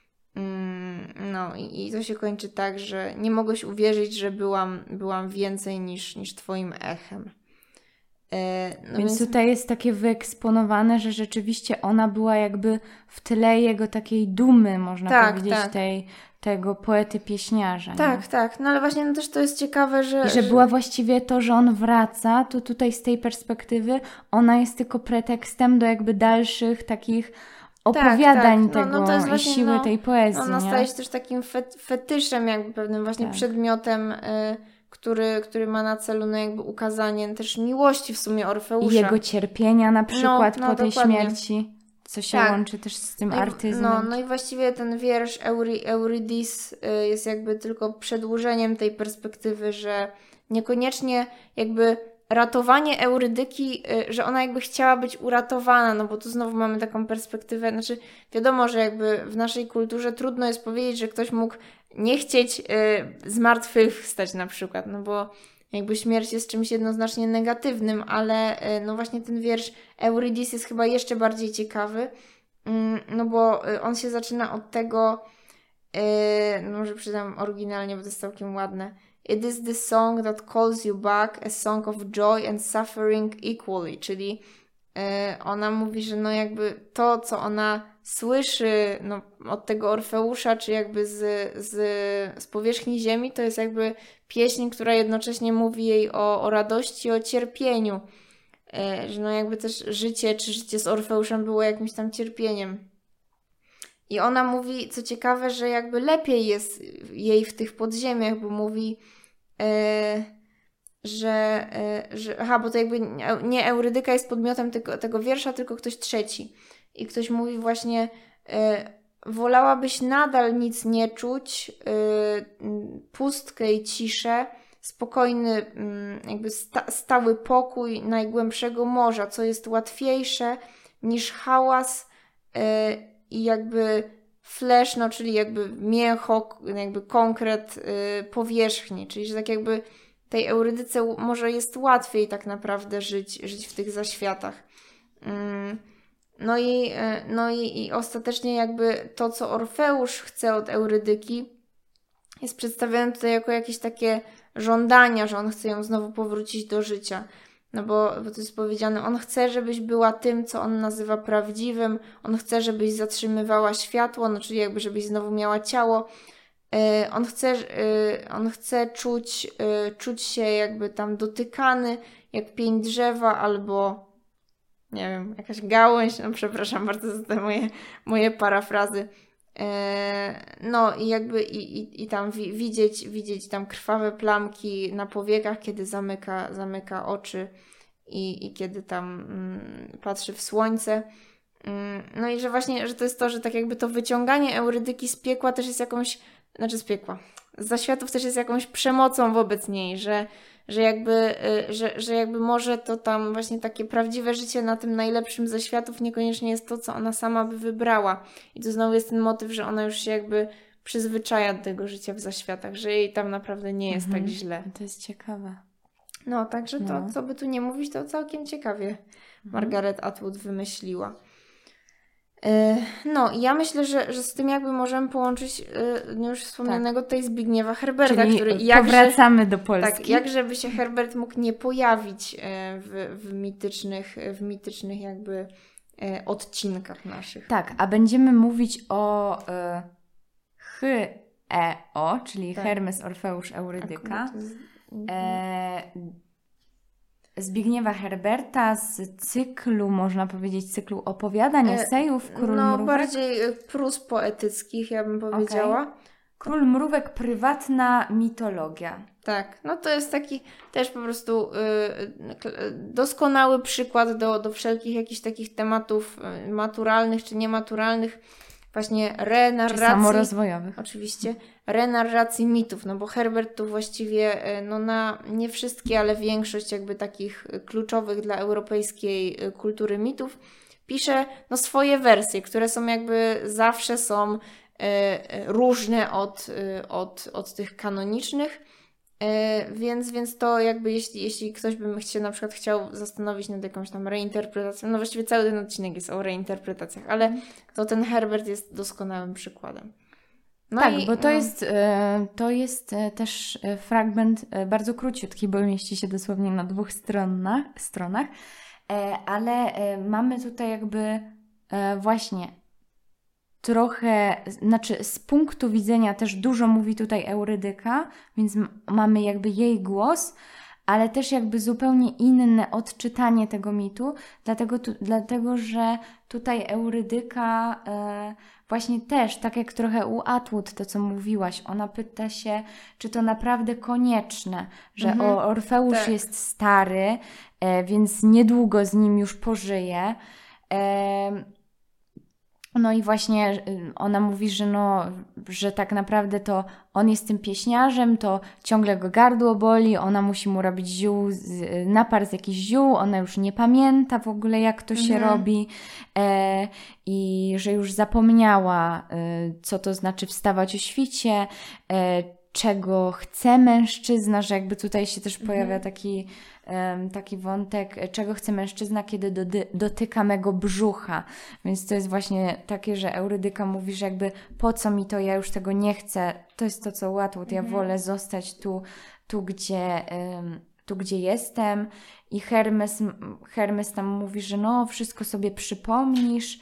I to się kończy tak, że nie mogłeś uwierzyć, że byłam więcej niż twoim echem. Więc tutaj jest takie wyeksponowane, że rzeczywiście ona była jakby w tyle jego takiej dumy, można powiedzieć, tego poety pieśniarza. Tak. No ale właśnie też to jest ciekawe, że... I że była właściwie to, że on wraca, to tutaj z tej perspektywy ona jest tylko pretekstem do jakby dalszych takich opowiadań tego to jest i właśnie, siły tej poezji. Ona staje się też takim fetyszem jakby pewnym właśnie przedmiotem, który ma na celu jakby ukazanie też miłości w sumie Orfeusza. I jego cierpienia na przykład po tej dokładnie. śmierci, co się łączy też z tym artyzmem. No i właściwie ten wiersz Eurydice jest jakby tylko przedłużeniem tej perspektywy, że niekoniecznie jakby ratowanie Eurydyki, że ona jakby chciała być uratowana, no bo tu znowu mamy taką perspektywę, wiadomo, że jakby w naszej kulturze trudno jest powiedzieć, że ktoś mógł nie chcieć zmartwychwstać na przykład, no bo jakby śmierć jest czymś jednoznacznie negatywnym, ale właśnie ten wiersz Eurydice jest chyba jeszcze bardziej ciekawy, no bo on się zaczyna od tego, No może przeczytam oryginalnie, bo to jest całkiem ładne. It is the song that calls you back, a song of joy and suffering equally, czyli ona mówi, że no jakby to, co ona słyszy no, od tego Orfeusza, czy jakby z powierzchni ziemi, to jest jakby pieśń, która jednocześnie mówi jej o radości, o cierpieniu. Że no jakby też życie z Orfeuszem było jakimś tam cierpieniem. I ona mówi, co ciekawe, że jakby lepiej jest jej w tych podziemiach, bo mówi, że bo to jakby nie Eurydyka jest podmiotem tego wiersza, tylko ktoś trzeci. I ktoś mówi właśnie, wolałabyś nadal nic nie czuć, pustkę i ciszę, spokojny, jakby stały pokój najgłębszego morza, co jest łatwiejsze niż hałas i jakby flash, no czyli jakby mięcho, jakby konkret powierzchni, czyli że tak jakby tej Eurydyce może jest łatwiej tak naprawdę żyć w tych zaświatach. No i ostatecznie jakby to, co Orfeusz chce od Eurydyki, jest przedstawione tutaj jako jakieś takie żądania, że on chce ją znowu powrócić do życia. No bo to jest powiedziane, on chce, żebyś była tym, co on nazywa prawdziwym, on chce, żebyś zatrzymywała światło, no czyli jakby żebyś znowu miała ciało. On chce czuć się jakby tam dotykany, jak pień drzewa albo nie wiem, jakaś gałąź, no przepraszam bardzo za te moje parafrazy. No i jakby i tam widzieć tam krwawe plamki na powiekach, kiedy zamyka oczy i kiedy tam patrzy w słońce. No i że właśnie, że to jest to, że tak jakby to wyciąganie Eurydyki z piekła też jest jakąś, z piekła, z zaświatów też jest jakąś przemocą wobec niej, że jakby może to tam właśnie takie prawdziwe życie na tym najlepszym ze światów niekoniecznie jest to, co ona sama by wybrała. I tu znowu jest ten motyw, że ona już się jakby przyzwyczaja do tego życia w zaświatach, że jej tam naprawdę nie jest tak źle. To jest ciekawe. No, także to, co by tu nie mówić, to całkiem ciekawie Margaret Atwood wymyśliła. No i ja myślę, że z tym jakby możemy połączyć już wspomnianego tutaj Zbigniewa Herberta, czyli który powracamy do Polski. Tak, jakżeby się Herbert mógł nie pojawić w mitycznych jakby odcinkach naszych. Tak, a będziemy mówić o H-E-O, czyli tak. Hermes, Orfeusz, Eurydyka. Zbigniewa Herberta z cyklu, można powiedzieć, cyklu opowiadań, esejów, Król Mrówek. Bardziej prós poetyckich, ja bym powiedziała. Okay. Król Mrówek, prywatna mitologia. Tak, no to jest taki też po prostu doskonały przykład do wszelkich jakichś takich tematów maturalnych czy niematuralnych, właśnie renarracji. Czy samorozwojowych. Oczywiście, renarracji mitów, no bo Herbert tu właściwie na nie wszystkie, ale większość jakby takich kluczowych dla europejskiej kultury mitów pisze swoje wersje, które są jakby zawsze są różne od tych kanonicznych. Więc to jakby jeśli ktoś by się na przykład chciał zastanowić nad jakąś tam reinterpretacją, no właściwie cały ten odcinek jest o reinterpretacjach, ale to ten Herbert jest doskonałym przykładem. No tak, bo to jest też fragment bardzo króciutki, bo mieści się dosłownie na 2 stronach, ale mamy tutaj jakby właśnie trochę, z punktu widzenia też dużo mówi tutaj Eurydyka, więc mamy jakby jej głos, ale też jakby zupełnie inne odczytanie tego mitu, dlatego że tutaj Eurydyka właśnie też, tak jak trochę u Atwood, to co mówiłaś, ona pyta się, czy to naprawdę konieczne, że Orfeusz jest stary, więc niedługo z nim już pożyje. No i właśnie ona mówi, że tak naprawdę to on jest tym pieśniarzem, to ciągle go gardło boli, ona musi mu robić napar z jakichś ziół, ona już nie pamięta w ogóle jak to się robi i że już zapomniała, co to znaczy wstawać o świcie, czego chce mężczyzna, że jakby tutaj się też pojawia taki wątek, czego chce mężczyzna, kiedy dotyka mego brzucha. Więc to jest właśnie takie, że Eurydyka mówi, że jakby po co mi to, ja już tego nie chcę, to jest to, co łatwo, ja wolę zostać tu, gdzie jestem. I Hermes tam mówi, że no, wszystko sobie przypomnisz.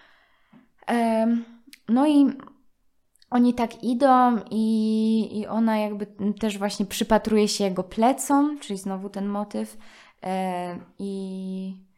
No i oni tak idą i ona jakby też właśnie przypatruje się jego plecom, czyli znowu ten motyw. I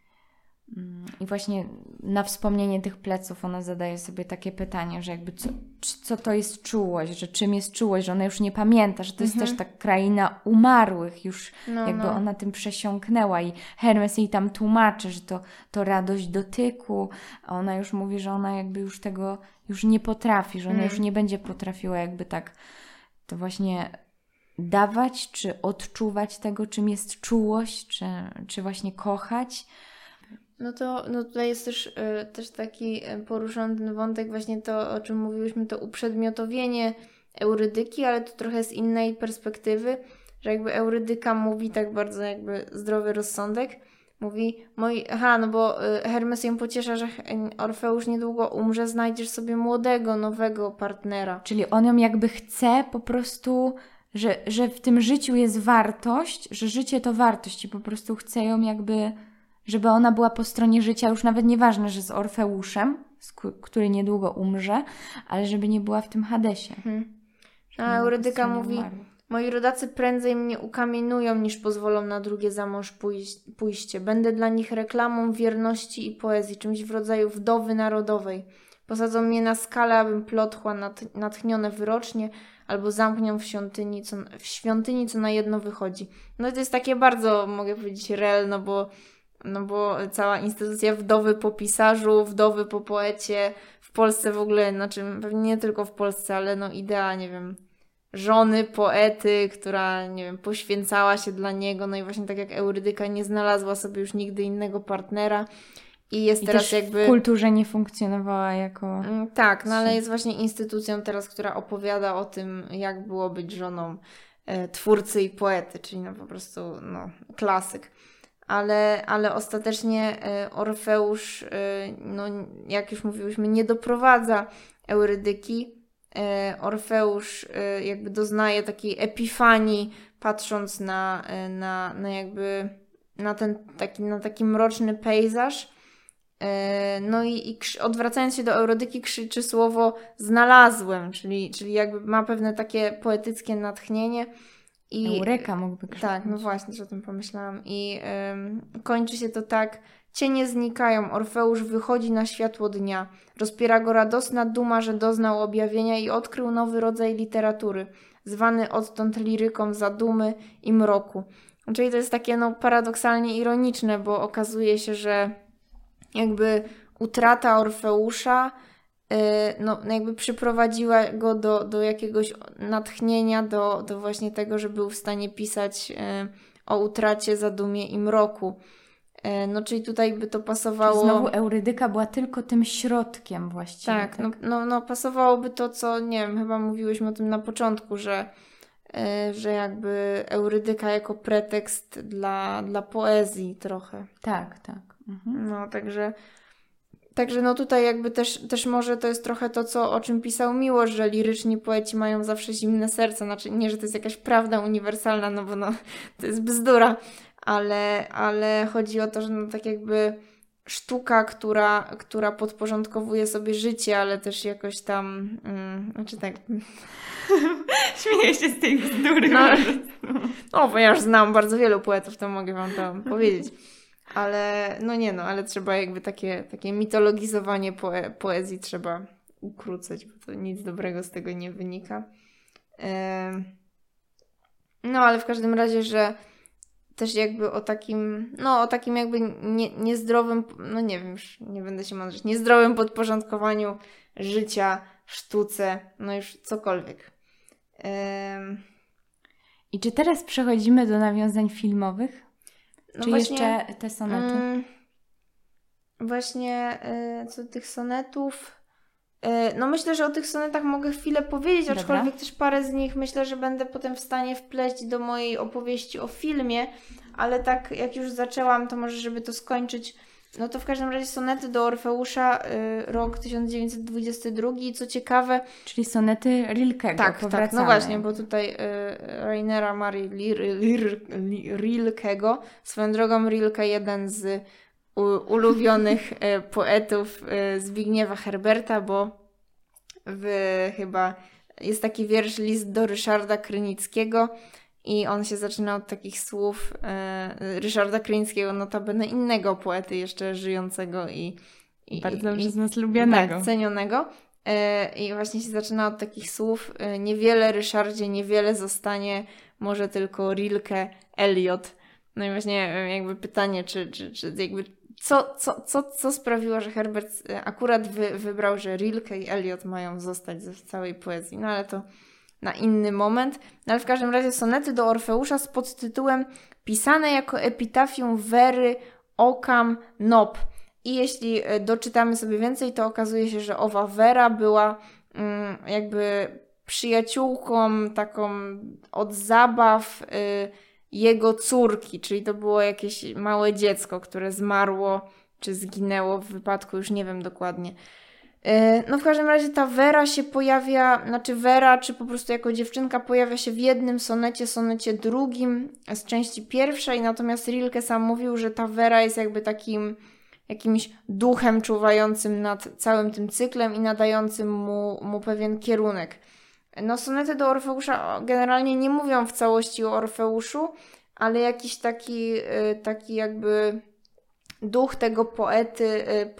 właśnie na wspomnienie tych pleców ona zadaje sobie takie pytanie, że jakby co to jest czułość, że czym jest czułość, że ona już nie pamięta, że to jest też ta kraina umarłych, już ona tym przesiąknęła i Hermes jej tam tłumaczy, że to radość dotyku, a ona już mówi, że ona jakby już tego już nie potrafi, że ona już nie będzie potrafiła jakby tak to właśnie dawać, czy odczuwać tego, czym jest czułość, czy właśnie kochać. No tutaj jest też taki poruszony ten wątek, właśnie to, o czym mówiłyśmy, to uprzedmiotowienie Eurydyki, ale to trochę z innej perspektywy, że jakby Eurydyka mówi tak bardzo jakby zdrowy rozsądek, mówi, bo Hermes ją pociesza, że Orfeusz niedługo umrze, znajdziesz sobie młodego, nowego partnera. Czyli on ją jakby chce po prostu, że w tym życiu jest wartość, że życie to wartość i po prostu chce ją jakby, żeby ona była po stronie życia, już nawet nieważne, że z Orfeuszem, który niedługo umrze, ale żeby nie była w tym Hadesie. A Eurydyka mówi, moi rodacy prędzej mnie ukamienują, niż pozwolą na drugie za mąż pójście. Będę dla nich reklamą wierności i poezji, czymś w rodzaju wdowy narodowej. Posadzą mnie na skalę, abym plotchła natchnione wyrocznie, albo zamknią w świątyni, co na jedno wychodzi. No to jest takie bardzo, mogę powiedzieć, real, no bo cała instytucja wdowy po pisarzu, wdowy po poecie, w Polsce w ogóle, pewnie nie tylko w Polsce, ale idea, nie wiem, żony poety, która, nie wiem, poświęcała się dla niego, no i właśnie tak jak Eurydyka nie znalazła sobie już nigdy innego partnera i jest teraz też jakby w kulturze nie funkcjonowała jako... Tak, no ale jest właśnie instytucją teraz, która opowiada o tym, jak było być żoną twórcy i poety, czyli po prostu klasyk. Ale ostatecznie Orfeusz, jak już mówiłyśmy, nie doprowadza Eurydyki. Orfeusz jakby doznaje takiej epifanii, patrząc na taki mroczny pejzaż. I odwracając się do Eurydyki, krzyczy słowo znalazłem, czyli jakby ma pewne takie poetyckie natchnienie. Eureka mógłby krzyczeć. Tak, no właśnie, że o tym pomyślałam. I kończy się to tak. Cienie znikają, Orfeusz wychodzi na światło dnia. Rozpiera go radosna duma, że doznał objawienia i odkrył nowy rodzaj literatury, zwany odtąd liryką zadumy i mroku. Czyli to jest takie paradoksalnie ironiczne, bo okazuje się, że jakby utrata Orfeusza jakby przyprowadziła go do jakiegoś natchnienia, do właśnie tego, że był w stanie pisać o utracie, zadumie i mroku. Czyli tutaj by to pasowało... Czyli znowu Eurydyka była tylko tym środkiem właściwie. Tak, pasowałoby to, co, nie wiem, chyba mówiłyśmy o tym na początku, że jakby Eurydyka jako pretekst dla poezji trochę. Tak. No, Także tutaj jakby też może to jest trochę to, o czym pisał Miłosz, że liryczni poeci mają zawsze zimne serce. Znaczy nie, że to jest jakaś prawda uniwersalna, bo to jest bzdura, ale chodzi o to, że tak jakby sztuka, która podporządkowuje sobie życie, ale też jakoś tam... Śmieję się z tej bzdury. Bo ja już znam bardzo wielu poetów, to mogę wam to powiedzieć. Ale ale trzeba jakby takie mitologizowanie poezji trzeba ukrócać, bo to nic dobrego z tego nie wynika. Ale w każdym razie, że też jakby o takim jakby niezdrowym, nie wiem, już nie będę się mądrzyć, niezdrowym podporządkowaniu życia, sztuce, już cokolwiek. I czy teraz przechodzimy do nawiązań filmowych? Czy właśnie, jeszcze te sonety? Właśnie co do tych sonetów, No myślę, że o tych sonetach mogę chwilę powiedzieć, Dobra. aczkolwiek też parę z nich myślę, że będę potem w stanie wpleść do mojej opowieści o filmie, ale tak jak już zaczęłam, to może żeby to skończyć, no to w każdym razie sonety do Orfeusza, rok 1922 i co ciekawe... Czyli sonety Rilkego, Tak, powracamy. no właśnie, bo tutaj Rainera Marii Rilkego, swoją drogą Rilke, jeden z ulubionych poetów Zbigniewa Herberta, bo chyba jest taki wiersz List do Ryszarda Krynickiego i on się zaczyna od takich słów Ryszarda Krynickiego, notabene innego poety jeszcze żyjącego i bardzo przez nas lubianego. Tak, cenionego. I właśnie się zaczyna od takich słów: niewiele, Ryszardzie, niewiele zostanie, może tylko Rilke, Eliot. No i właśnie jakby pytanie, czy jakby co sprawiło, że Herbert akurat wybrał, że Rilke i Eliot mają zostać ze całej poezji. No ale to na inny moment. No ale w każdym razie sonety do Orfeusza z podtytułem Pisane jako epitafium Wery Occam Nop. I jeśli doczytamy sobie więcej, to okazuje się, że owa Wera była jakby przyjaciółką taką od zabaw jego córki, czyli to było jakieś małe dziecko, które zmarło czy zginęło w wypadku, już nie wiem dokładnie. No w każdym razie ta Wera się pojawia, Wera, czy po prostu jako dziewczynka pojawia się w jednym sonecie drugim z części pierwszej, natomiast Rilke sam mówił, że ta Wera jest jakby takim jakimś duchem czuwającym nad całym tym cyklem i nadającym mu pewien kierunek. No sonety do Orfeusza generalnie nie mówią w całości o Orfeuszu, ale jakiś taki jakby duch tego poety,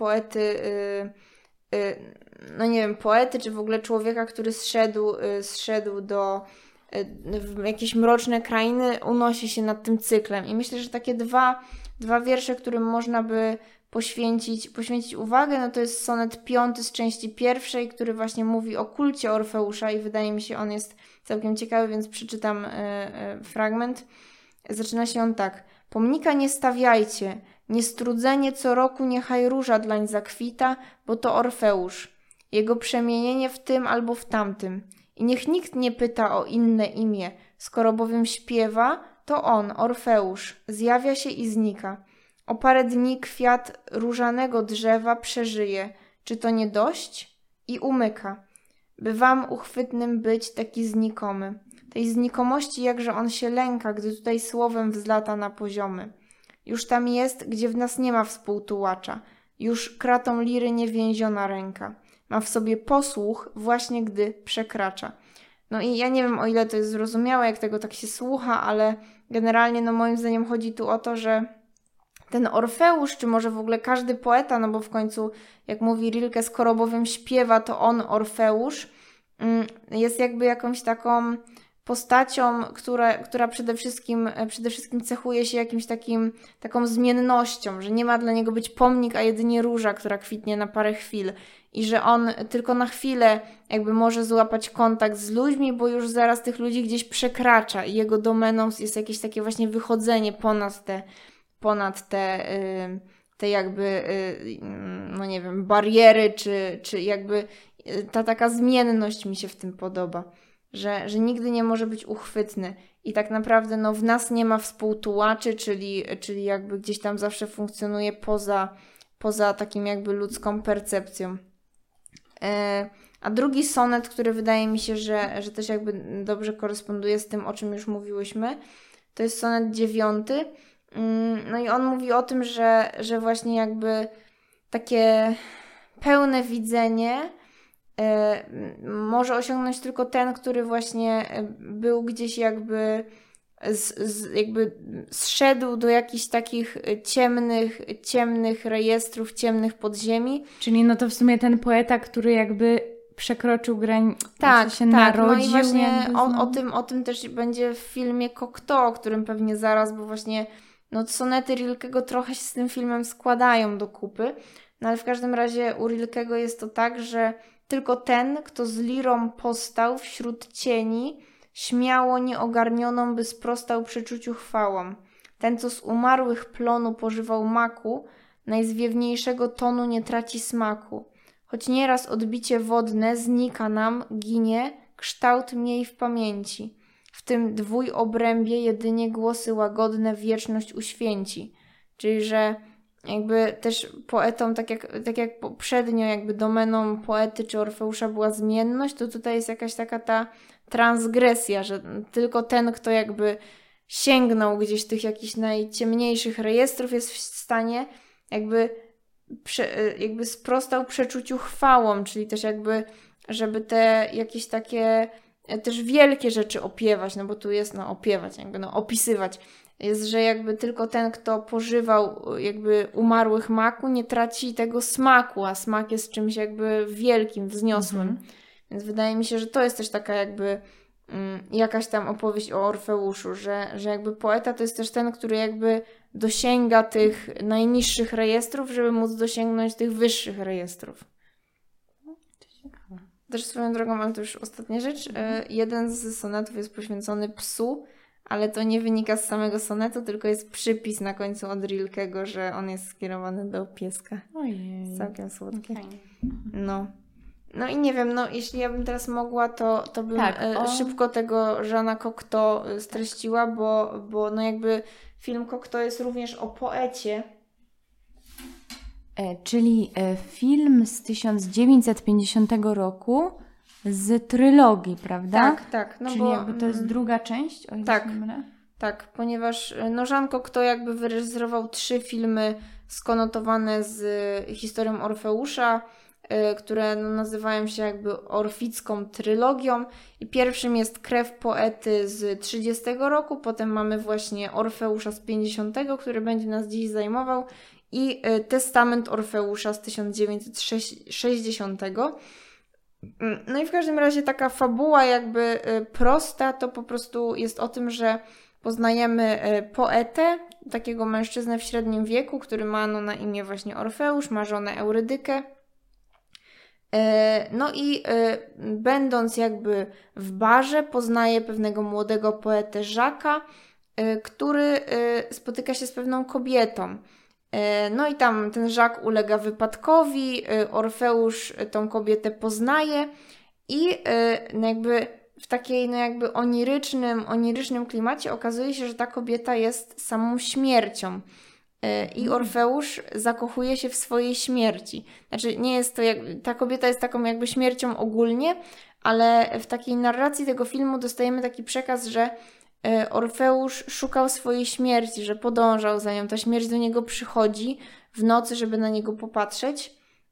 no nie wiem, poety, czy w ogóle człowieka, który zszedł do w jakieś mroczne krainy, unosi się nad tym cyklem. I myślę, że takie dwa wiersze, którym można by poświęcić uwagę, no to jest sonet 5 z części pierwszej, który właśnie mówi o kulcie Orfeusza i wydaje mi się, on jest całkiem ciekawy, więc przeczytam fragment. Zaczyna się on tak. Pomnika nie stawiajcie, niestrudzenie co roku niechaj róża dlań zakwita, bo to Orfeusz. Jego przemienienie w tym albo w tamtym. I niech nikt nie pyta o inne imię, skoro bowiem śpiewa, to on, Orfeusz, zjawia się i znika. O parę dni kwiat różanego drzewa przeżyje. Czy to nie dość? I umyka. By wam uchwytnym być taki znikomy. Tej znikomości jakże on się lęka, gdy tutaj słowem wzlata na poziomy. Już tam jest, gdzie w nas nie ma współtułacza. Już kratą liry niewięziona ręka. Ma w sobie posłuch właśnie gdy przekracza. No i ja nie wiem, o ile to jest zrozumiałe, jak tego tak się słucha, ale generalnie no moim zdaniem chodzi tu o to, że ten Orfeusz, czy może w ogóle każdy poeta, no bo w końcu, jak mówi Rilke, skoro bowiem śpiewa, to on, Orfeusz, jest jakby jakąś taką postacią, która przede wszystkim cechuje się jakimś taką zmiennością, że nie ma dla niego być pomnik, a jedynie róża, która kwitnie na parę chwil i że on tylko na chwilę jakby może złapać kontakt z ludźmi, bo już zaraz tych ludzi gdzieś przekracza i jego domeną jest jakieś takie właśnie wychodzenie ponad te jakby, no nie wiem, bariery, czy jakby ta taka zmienność mi się w tym podoba, że nigdy nie może być uchwytny i tak naprawdę no w nas nie ma współtułaczy, czyli jakby gdzieś tam zawsze funkcjonuje poza takim jakby ludzką percepcją. A drugi sonet, który wydaje mi się, że też jakby dobrze koresponduje z tym, o czym już mówiłyśmy, to jest sonet 9. No i on mówi o tym, że właśnie jakby takie pełne widzenie może osiągnąć tylko ten, który właśnie był gdzieś jakby zszedł do jakichś takich ciemnych rejestrów, ciemnych podziemi. Czyli no to w sumie ten poeta, który jakby przekroczył granicę, się tak. narodził. No i właśnie o tym też będzie w filmie Cocteau, o którym pewnie zaraz, bo właśnie no sonety Rilkego trochę się z tym filmem składają do kupy. No ale w każdym razie u Rilkego jest to tak, że tylko ten, kto z lirą postał wśród cieni, śmiało nieogarnioną by sprostał przeczuciu chwałom. Ten, co z umarłych plonu pożywał maku, najzwiewniejszego tonu nie traci smaku. Choć nieraz odbicie wodne znika nam, ginie, kształt mniej w pamięci. W tym dwój obrębie jedynie głosy łagodne wieczność uświęci. Czyli, że jakby też poetom, tak jak poprzednio jakby domeną poety czy Orfeusza była zmienność, to tutaj jest jakaś taka ta transgresja, że tylko ten, kto jakby sięgnął gdzieś tych jakichś najciemniejszych rejestrów, jest w stanie jakby sprostał przeczuciu chwałą, czyli też jakby, żeby te jakieś takie też wielkie rzeczy opiewać, no bo tu jest opiewać, jakby opisywać. Jest, że jakby tylko ten, kto pożywał jakby umarłych maku, nie traci tego smaku, a smak jest czymś jakby wielkim, wzniosłym. Więc wydaje mi się, że to jest też taka jakby jakaś tam opowieść o Orfeuszu, że jakby poeta to jest też ten, który jakby dosięga tych najniższych rejestrów, żeby móc dosięgnąć tych wyższych rejestrów. To ciekawe. Też swoją drogą, mam to już ostatnia rzecz. Jeden z sonetów jest poświęcony psu, ale to nie wynika z samego sonetu, tylko jest przypis na końcu od Rilkego, że on jest skierowany do pieska. Ojej. Całkiem słodkie. Fajnie. No i nie wiem, jeśli ja bym teraz mogła, to bym szybko tego Jeana Cocteau streściła, bo jakby film Cocteau jest również o poecie. Czyli film z 1950 roku z trylogii, prawda? Tak. Czyli jakby to jest druga część? O ile się nie mylę? Tak, ponieważ Jean Cocteau jakby wyreżyserował 3 filmy skonotowane z historią Orfeusza, które nazywają się jakby orficką trylogią. I pierwszym jest Krew poety z 30 roku, potem mamy właśnie Orfeusza z 50, który będzie nas dziś zajmował, i Testament Orfeusza z 1960. No i w każdym razie taka fabuła jakby prosta, to po prostu jest o tym, że poznajemy poetę, takiego mężczyznę w średnim wieku, który ma na imię właśnie Orfeusz, ma żonę Eurydykę. No i będąc jakby w barze, poznaje pewnego młodego poetę Jacques'a, który spotyka się z pewną kobietą. No i tam ten Jacques ulega wypadkowi, Orfeusz tą kobietę poznaje i jakby w takiej jakby onirycznym klimacie okazuje się, że ta kobieta jest samą śmiercią. I Orfeusz zakochuje się w swojej śmierci. Znaczy nie jest to ta kobieta jest taką jakby śmiercią ogólnie, ale w takiej narracji tego filmu dostajemy taki przekaz, że Orfeusz szukał swojej śmierci, że podążał za nią. Ta śmierć do niego przychodzi w nocy, żeby na niego popatrzeć.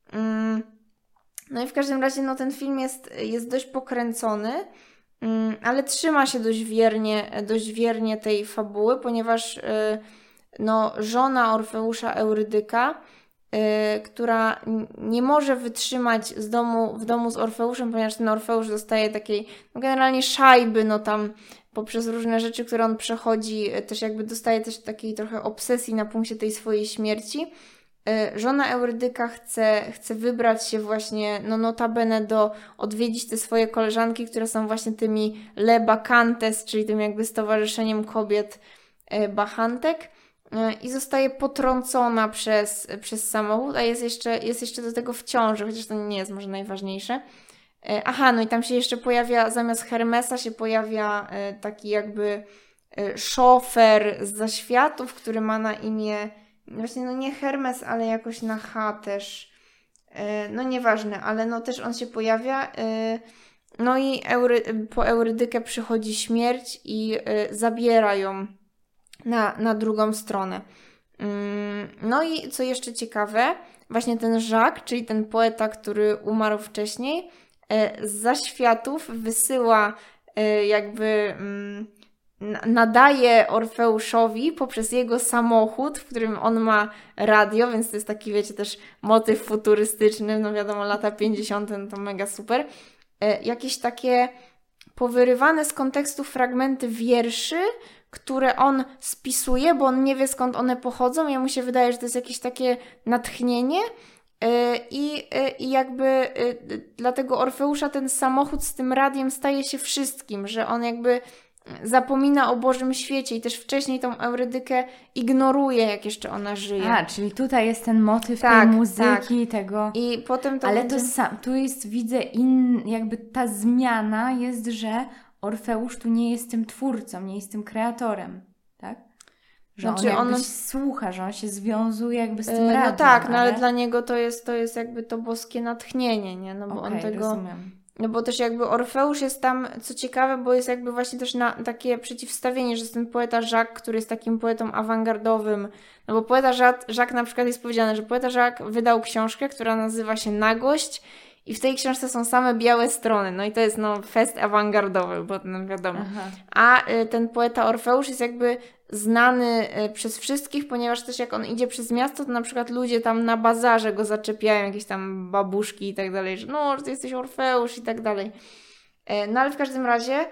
No i w każdym razie ten film jest dość pokręcony, ale trzyma się dość wiernie tej fabuły, ponieważ żona Orfeusza Eurydyka, która nie może wytrzymać w domu z Orfeuszem, ponieważ ten Orfeusz dostaje takiej generalnie szajby, tam poprzez różne rzeczy, które on przechodzi, też jakby dostaje też takiej trochę obsesji na punkcie tej swojej śmierci. Żona Eurydyka chce wybrać się właśnie, notabene odwiedzić te swoje koleżanki, które są właśnie tymi Le Bacchantes, czyli tym jakby stowarzyszeniem kobiet bachantek, i zostaje potrącona przez samochód, a jest jeszcze do tego w ciąży, chociaż to nie jest może najważniejsze. No i tam się jeszcze pojawia, zamiast Hermesa się pojawia taki jakby szofer z zaświatów, który ma na imię, właśnie nie Hermes, ale jakoś na H też. Nieważne, ale też on się pojawia. No i po Eurydykę przychodzi śmierć i zabiera ją na drugą stronę. No i co jeszcze ciekawe, właśnie ten Jacques, czyli ten poeta, który umarł wcześniej, z zaświatów wysyła nadaje Orfeuszowi poprzez jego samochód, w którym on ma radio, więc to jest taki, wiecie, też motyw futurystyczny, wiadomo, lata 50, to mega super. Jakieś takie powyrywane z kontekstu fragmenty wierszy, które on spisuje, bo on nie wie, skąd one pochodzą. Ja mu się wydaje, że to jest jakieś takie natchnienie. I jakby dla tego Orfeusza ten samochód z tym radiem staje się wszystkim, że on jakby zapomina o Bożym świecie i też wcześniej tą Eurydykę ignoruje, jak jeszcze ona żyje. A, czyli tutaj jest ten motyw tej muzyki, tego... I potem to Ale będzie... tu jest, widzę, jakby ta zmiana jest, że Orfeusz tu nie jest tym twórcą, nie jest tym kreatorem, tak? Że znaczy on jakby słucha, że on się związuje jakby z tym radiem. No tak, ale dla niego to jest jakby to boskie natchnienie, nie? No bo on tego... rozumiem. No bo też jakby Orfeusz jest tam, co ciekawe, bo jest jakby właśnie też na takie przeciwstawienie, że jest ten poeta Jacques, który jest takim poetą awangardowym. No bo poeta Jacques na przykład jest powiedziane, że poeta Jacques wydał książkę, która nazywa się Nagość i w tej książce są same białe strony. No i to jest fest awangardowy, bo no wiadomo. Aha. A ten poeta Orfeusz jest jakby znany przez wszystkich, ponieważ też jak on idzie przez miasto, to na przykład ludzie tam na bazarze go zaczepiają, jakieś tam babuszki i tak dalej, że no, że ty jesteś Orfeusz i tak dalej. No ale w każdym razie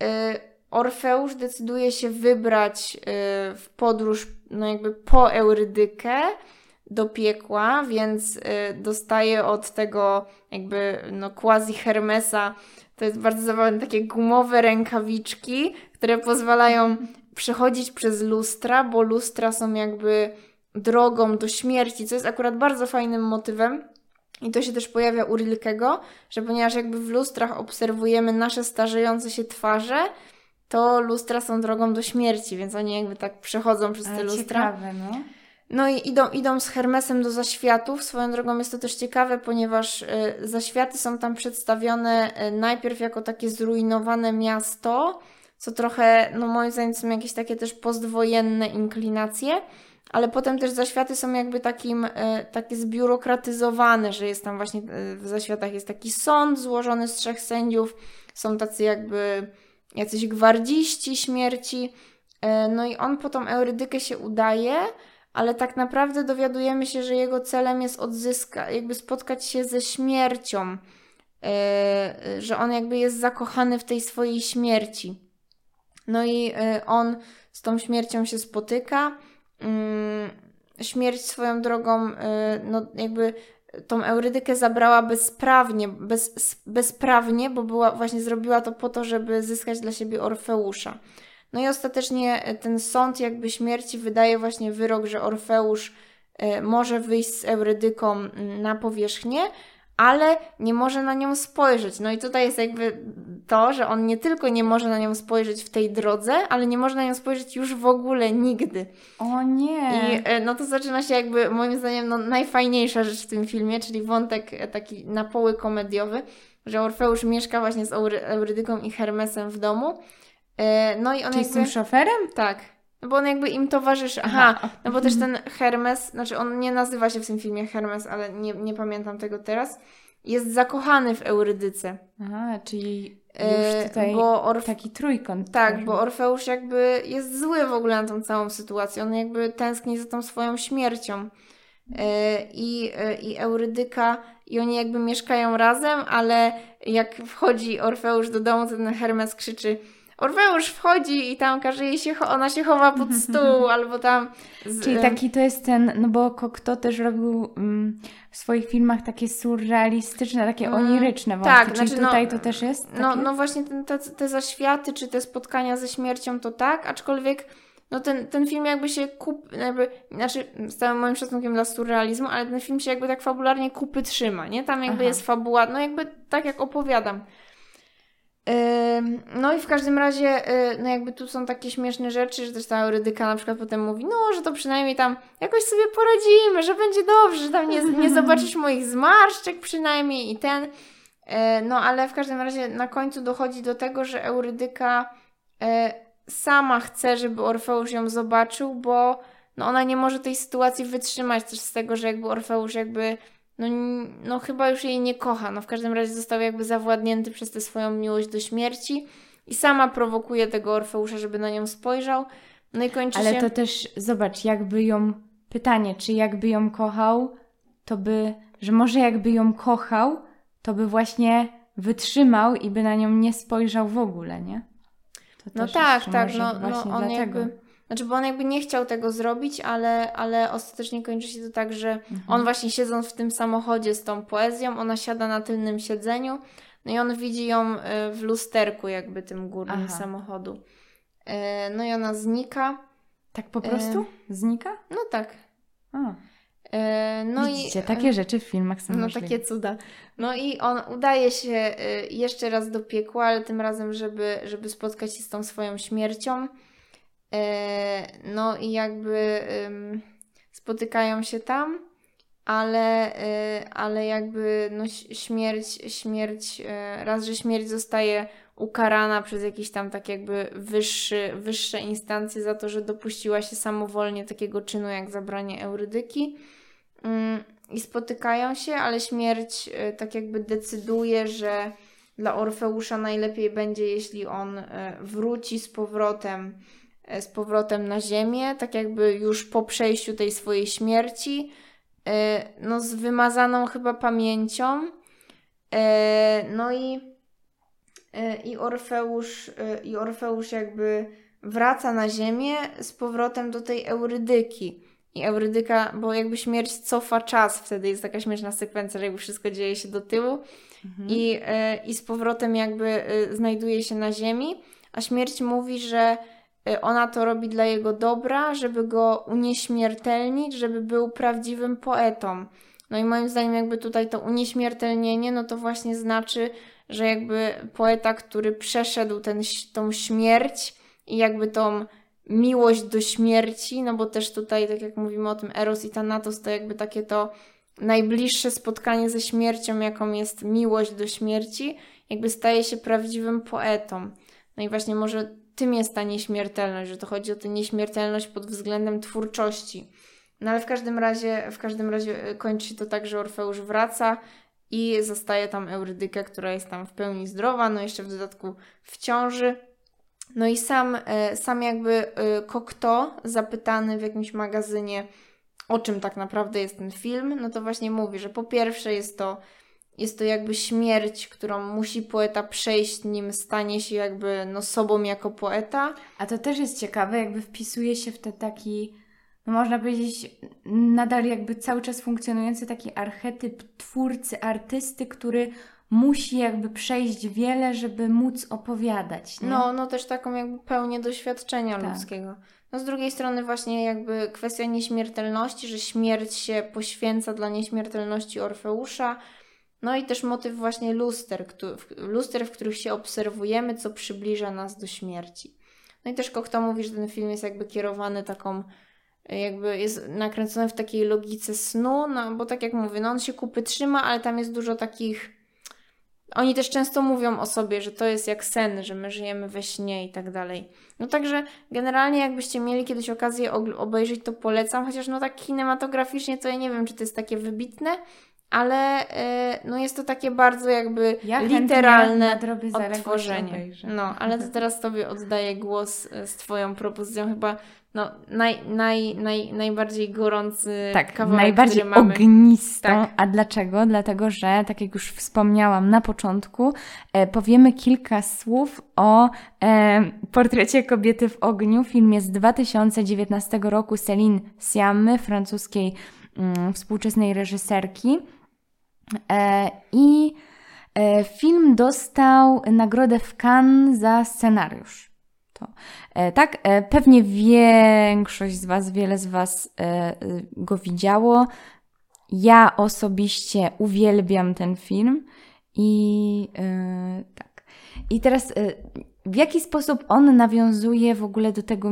Orfeusz decyduje się wybrać w podróż no jakby po Eurydykę do piekła, więc dostaje od tego jakby quasi Hermesa, to jest bardzo zabawne, takie gumowe rękawiczki, które pozwalają przechodzić przez lustra, bo lustra są jakby drogą do śmierci, co jest akurat bardzo fajnym motywem. I to się też pojawia u Rilkego, że ponieważ jakby w lustrach obserwujemy nasze starzejące się twarze, to lustra są drogą do śmierci, więc oni jakby tak przechodzą przez te lustra. Ciekawe, no. No i idą z Hermesem do zaświatów. Swoją drogą jest to też ciekawe, ponieważ zaświaty są tam przedstawione najpierw jako takie zrujnowane miasto, co trochę, no moim zdaniem są jakieś takie też postwojenne inklinacje, ale potem też zaświaty są jakby takie zbiurokratyzowane, że jest tam właśnie w zaświatach jest taki sąd złożony z 3 sędziów, są tacy jakby jacyś gwardziści śmierci, no i on po tą Eurydykę się udaje, ale tak naprawdę dowiadujemy się, że jego celem jest jakby spotkać się ze śmiercią, że on jakby jest zakochany w tej swojej śmierci. No i on z tą śmiercią się spotyka. Śmierć swoją drogą, no jakby tą Eurydykę zabrała bezprawnie, bo zrobiła to po to, żeby zyskać dla siebie Orfeusza. No i ostatecznie ten sąd jakby śmierci wydaje właśnie wyrok, że Orfeusz może wyjść z Eurydyką na powierzchnię, ale nie może na nią spojrzeć. No i tutaj jest jakby to, że on nie tylko nie może na nią spojrzeć w tej drodze, ale nie może na nią spojrzeć już w ogóle nigdy. O nie! I no to zaczyna się jakby moim zdaniem najfajniejsza rzecz w tym filmie, czyli wątek taki na poły komediowy, że Orfeusz mieszka właśnie z Eurydyką i Hermesem w domu. No i on Czyli z tym szoferem? Tak. No bo on jakby im towarzyszy. Aha, no bo też ten Hermes, znaczy on nie nazywa się w tym filmie Hermes, ale nie pamiętam tego teraz, jest zakochany w Eurydyce. Aha, czyli już tutaj taki trójkąt. Tak, bo Orfeusz jakby jest zły w ogóle na tą całą sytuację. On jakby tęskni za tą swoją śmiercią. I Eurydyka i oni jakby mieszkają razem, ale jak wchodzi Orfeusz do domu, to ten Hermes krzyczy: Orfeusz wchodzi i tam każe jej ona się chowa pod stół, albo tam... Czyli taki to jest ten, no bo Cocteau też robił w swoich filmach takie surrealistyczne, takie oniryczne wątki. Tak, czyli znaczy, tutaj to też jest takie? No właśnie te zaświaty, czy te spotkania ze śmiercią to tak, aczkolwiek no ten film jakby się znaczy z całym moim szacunkiem dla surrealizmu, ale ten film się jakby tak fabularnie kupy trzyma, nie? Tam jakby jest fabuła, no jakby tak jak opowiadam. No i w każdym razie, no jakby tu są takie śmieszne rzeczy, że też ta Eurydyka na przykład potem mówi, no, że to przynajmniej tam jakoś sobie poradzimy, że będzie dobrze, że tam nie zobaczysz moich zmarszczek przynajmniej i ten. No ale w każdym razie na końcu dochodzi do tego, że Eurydyka sama chce, żeby Orfeusz ją zobaczył, bo no ona nie może tej sytuacji wytrzymać też z tego, że jakby Orfeusz jakby no chyba już jej nie kocha. No w każdym razie został jakby zawładnięty przez tę swoją miłość do śmierci i sama prowokuje tego Orfeusza, żeby na nią spojrzał. No i kończy się... Ale to też, zobacz, jakby ją... Pytanie, czy jakby ją kochał, to by... Że może jakby ją kochał, to by właśnie wytrzymał i by na nią nie spojrzał w ogóle, nie? To no tak, no on dlatego. Jakby... Znaczy, bo on jakby nie chciał tego zrobić, ale ostatecznie kończy się to tak, że on właśnie siedząc w tym samochodzie z tą poezją, ona siada na tylnym siedzeniu, no i on widzi ją w lusterku jakby tym górnym samochodu. No i ona znika. Tak po prostu? Znika? No tak. O. No Widzicie, takie rzeczy w filmach są No możliwe. takie cuda. No i on udaje się jeszcze raz do piekła, ale tym razem, żeby spotkać się z tą swoją śmiercią. No i jakby spotykają się tam, ale jakby no śmierć, raz, że śmierć zostaje ukarana przez jakiś tam tak jakby wyższe instancje za to, że dopuściła się samowolnie takiego czynu jak zabranie Eurydyki. I spotykają się, ale śmierć tak jakby decyduje, że dla Orfeusza najlepiej będzie, jeśli on wróci z powrotem na ziemię, tak jakby już po przejściu tej swojej śmierci, no z wymazaną chyba pamięcią. No i Orfeusz jakby wraca na ziemię z powrotem do tej Eurydyki. I Eurydyka, bo jakby śmierć cofa czas, wtedy jest taka śmieszna sekwencja, że jakby wszystko dzieje się do tyłu i z powrotem jakby znajduje się na ziemi, a śmierć mówi, że ona to robi dla jego dobra, żeby go unieśmiertelnić, żeby był prawdziwym poetą. No i moim zdaniem jakby tutaj to unieśmiertelnienie, no to właśnie znaczy, że jakby poeta, który przeszedł tą śmierć i jakby tą miłość do śmierci, no bo też tutaj, tak jak mówimy o tym Eros i Thanatos, to jakby takie to najbliższe spotkanie ze śmiercią, jaką jest miłość do śmierci, jakby staje się prawdziwym poetą. No i właśnie może tym jest ta nieśmiertelność, że to chodzi o tę nieśmiertelność pod względem twórczości. No ale w każdym razie kończy się to tak, że Orfeusz wraca i zostaje tam Eurydyka, która jest tam w pełni zdrowa, no jeszcze w dodatku w ciąży. No i sam jakby Cocteau, zapytany w jakimś magazynie, o czym tak naprawdę jest ten film, no to właśnie mówi, że po pierwsze jest to jakby śmierć, którą musi poeta przejść, nim stanie się jakby no sobą jako poeta. A to też jest ciekawe, jakby wpisuje się w ten taki, no można powiedzieć, nadal jakby cały czas funkcjonujący taki archetyp twórcy, artysty, który musi jakby przejść wiele, żeby móc opowiadać, nie? No też taką jakby pełnię doświadczenia ludzkiego. No z drugiej strony właśnie jakby kwestia nieśmiertelności, że śmierć się poświęca dla nieśmiertelności Orfeusza. No i też motyw właśnie luster, w których się obserwujemy, co przybliża nas do śmierci. No i też Cocteau mówi, że ten film jest jakby kierowany taką, jakby jest nakręcony w takiej logice snu, no bo tak jak mówię, no on się kupy trzyma, ale tam jest dużo takich. Oni też często mówią o sobie, że to jest jak sen, że my żyjemy we śnie i tak dalej. No także generalnie jakbyście mieli kiedyś okazję obejrzeć, to polecam, chociaż no tak kinematograficznie to ja nie wiem, czy to jest takie wybitne, ale no jest to takie bardzo jakby literalne odtworzenie. No, ale to teraz Tobie oddaję głos z Twoją propozycją, chyba no najbardziej gorący kawałek, najbardziej który mamy. ognistą. Tak. A dlaczego? Dlatego, że tak jak już wspomniałam na początku, powiemy kilka słów o Portrecie kobiety w ogniu. Film jest z 2019 roku Céline Sciammy, francuskiej współczesnej reżyserki. I film dostał nagrodę w Cannes za scenariusz. Tak, pewnie większość z Was, wiele z Was go widziało. Ja osobiście uwielbiam ten film i tak. I teraz w jaki sposób on nawiązuje w ogóle do tego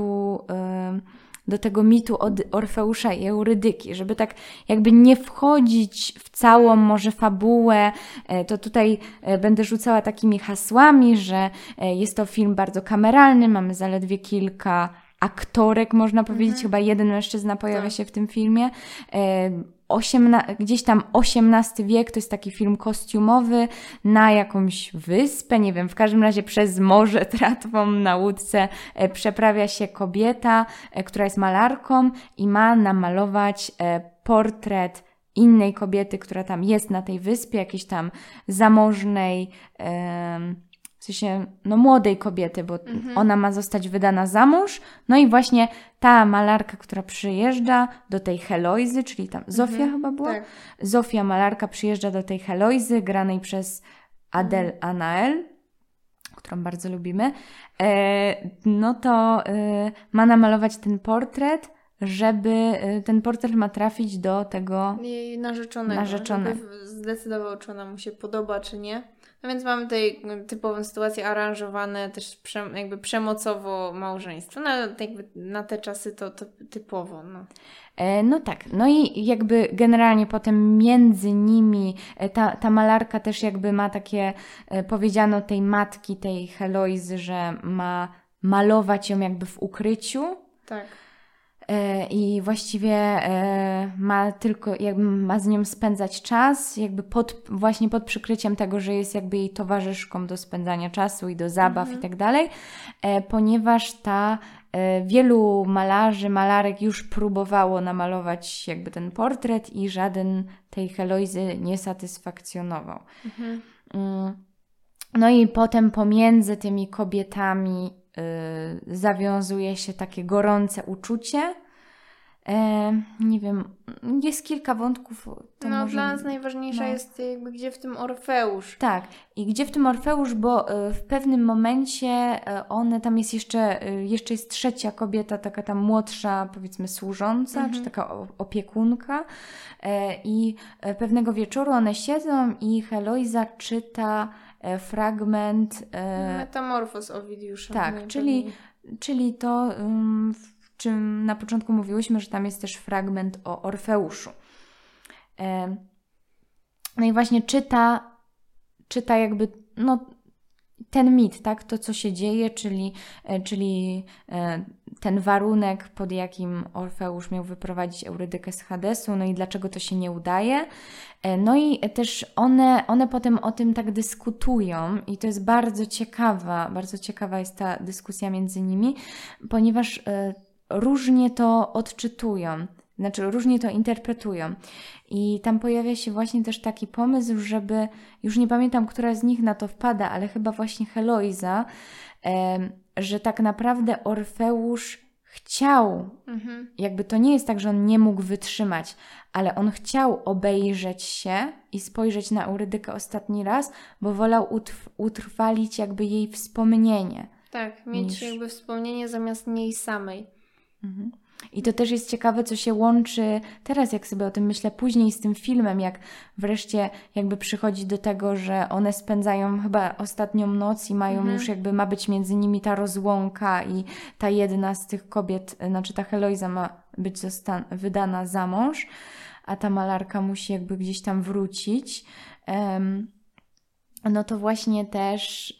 mitu od Orfeusza i Eurydyki, żeby tak jakby nie wchodzić w całą może fabułę, to tutaj będę rzucała takimi hasłami, że jest to film bardzo kameralny, mamy zaledwie kilka aktorek, można powiedzieć, chyba jeden mężczyzna pojawia się w tym filmie. Gdzieś tam XVIII wiek, to jest taki film kostiumowy na jakąś wyspę, nie wiem, w każdym razie przez morze tratwą na łódce przeprawia się kobieta, która jest malarką i ma namalować portret innej kobiety, która tam jest na tej wyspie, jakiejś tam zamożnej, w sensie, no młodej kobiety, bo ona ma zostać wydana za mąż. No i właśnie ta malarka, która przyjeżdża do tej Heloizy, czyli tam Zofia chyba była? Tak. Zofia malarka przyjeżdża do tej Heloizy, granej przez Adèle Haenel, którą bardzo lubimy, no to ma namalować ten portret, żeby ten portret ma trafić do tego jej narzeczonego. Żeby zdecydował, czy ona mu się podoba, czy nie. No więc mamy tutaj typową sytuację, aranżowane też jakby przemocowo małżeństwo. No jakby na te czasy to typowo. No. No tak, no i jakby generalnie potem między nimi ta malarka też jakby ma takie, powiedziano tej matki, tej Heloizy, że ma malować ją jakby w ukryciu. Tak. I właściwie ma z nią spędzać czas, jakby właśnie pod przykryciem tego, że jest jakby jej towarzyszką do spędzania czasu i do zabaw i tak dalej, ponieważ wielu malarek już próbowało namalować jakby ten portret i żaden tej Heloizy nie satysfakcjonował. No i potem pomiędzy tymi kobietami zawiązuje się takie gorące uczucie. Nie wiem, jest kilka wątków. Dla nas najważniejsza jest jakby gdzie w tym Orfeusz. Tak, i gdzie w tym Orfeusz, bo w pewnym momencie tam jest jeszcze jest trzecia kobieta, taka tam młodsza, powiedzmy służąca, czy taka opiekunka. I pewnego wieczoru one siedzą i Heloiza czyta fragment Metamorfoz Owidiusza. Tak, czyli to, w czym na początku mówiłyśmy, że tam jest też fragment o Orfeuszu. No i właśnie czyta jakby ten mit, tak, to co się dzieje, czyli ten warunek, pod jakim Orfeusz miał wyprowadzić Eurydykę z Hadesu, no i dlaczego to się nie udaje. No i też one potem o tym tak dyskutują i to jest bardzo ciekawa jest ta dyskusja między nimi, ponieważ różnie to odczytują, znaczy różnie to interpretują. I tam pojawia się właśnie też taki pomysł, żeby, już nie pamiętam, która z nich na to wpada, ale chyba właśnie Heloiza, że tak naprawdę Orfeusz chciał, jakby to nie jest tak, że on nie mógł wytrzymać, ale on chciał obejrzeć się i spojrzeć na Eurydykę ostatni raz, bo wolał utrwalić jakby jej wspomnienie. Tak, mieć jakby wspomnienie zamiast niej samej. I to też jest ciekawe, co się łączy teraz, jak sobie o tym myślę, później z tym filmem, jak wreszcie jakby przychodzi do tego, że one spędzają chyba ostatnią noc i mają już jakby, ma być między nimi ta rozłąka i ta jedna z tych kobiet, znaczy ta Heloiza ma być wydana za mąż, a ta malarka musi jakby gdzieś tam wrócić. No to właśnie też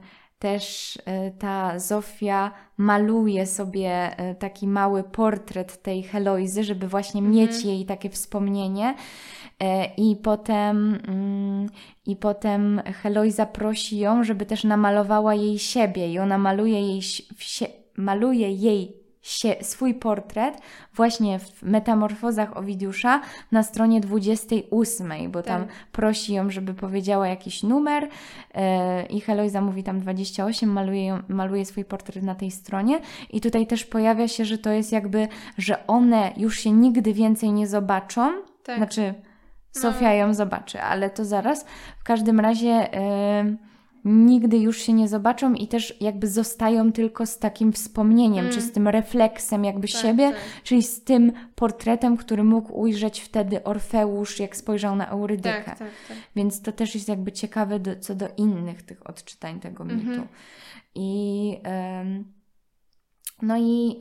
ta Zofia maluje sobie taki mały portret tej Heloizy, żeby właśnie mieć jej takie wspomnienie. I potem Heloiza prosi ją, żeby też namalowała jej siebie i ona maluje jej swój portret właśnie w Metamorfozach Owidiusza na stronie 28, bo tam prosi ją, żeby powiedziała jakiś numer i Heloiza mówi tam 28, maluje swój portret na tej stronie i tutaj też pojawia się, że to jest jakby, że one już się nigdy więcej nie zobaczą, znaczy Zofia ją zobaczy, ale to zaraz. W każdym razie nigdy już się nie zobaczą i też jakby zostają tylko z takim wspomnieniem, czy z tym refleksem jakby siebie, czyli z tym portretem, który mógł ujrzeć wtedy Orfeusz, jak spojrzał na Eurydykę. Tak. Więc to też jest jakby ciekawe co do innych tych odczytań tego mitu. No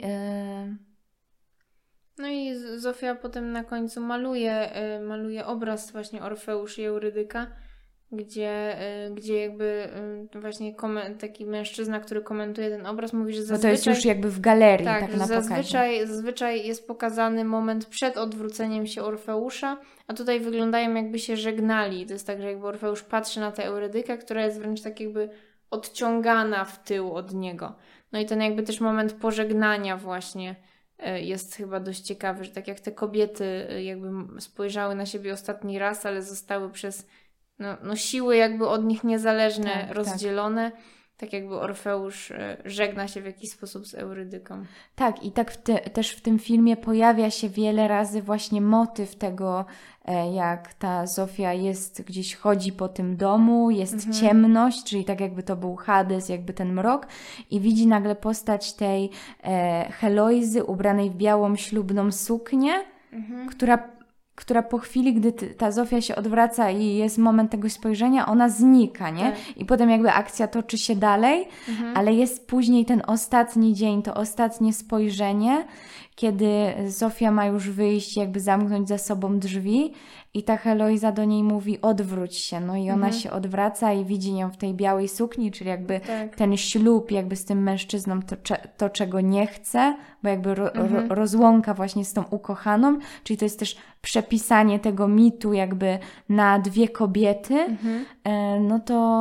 i Zofia potem na końcu maluje obraz właśnie Orfeusz i Eurydyka, gdzie jakby właśnie taki mężczyzna, który komentuje ten obraz, mówi, że zazwyczaj... Bo to jest już jakby w galerii, tak na pokazie. Zazwyczaj jest pokazany moment przed odwróceniem się Orfeusza, a tutaj wyglądają jakby się żegnali. To jest tak, że jakby Orfeusz patrzy na tę Eurydykę, która jest wręcz tak jakby odciągana w tył od niego. No i ten jakby też moment pożegnania właśnie jest chyba dość ciekawy, że tak jak te kobiety jakby spojrzały na siebie ostatni raz, ale zostały przez siły jakby od nich niezależne, rozdzielone. Tak jakby Orfeusz żegna się w jakiś sposób z Eurydyką. Tak, i tak też w tym filmie pojawia się wiele razy właśnie motyw tego, jak ta Zofia gdzieś chodzi po tym domu, jest ciemność, czyli tak jakby to był Hades, jakby ten mrok i widzi nagle postać tej Heloizy ubranej w białą ślubną suknię, która po chwili, gdy ta Zofia się odwraca i jest moment tego spojrzenia, ona znika, nie? Tak. I potem jakby akcja toczy się dalej, ale jest później ten ostatni dzień, to ostatnie spojrzenie, kiedy Zofia ma już wyjść, jakby zamknąć za sobą drzwi i ta Heloiza do niej mówi odwróć się, no i ona się odwraca i widzi ją w tej białej sukni, czyli jakby ten ślub jakby z tym mężczyzną, to czego nie chce, bo jakby rozłąka właśnie z tą ukochaną, czyli to jest też przepisanie tego mitu jakby na dwie kobiety, no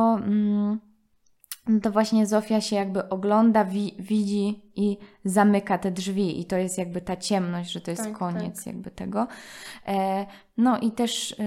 to właśnie Zofia się jakby ogląda, widzi i zamyka te drzwi i to jest jakby ta ciemność, że to jest koniec jakby tego. No i też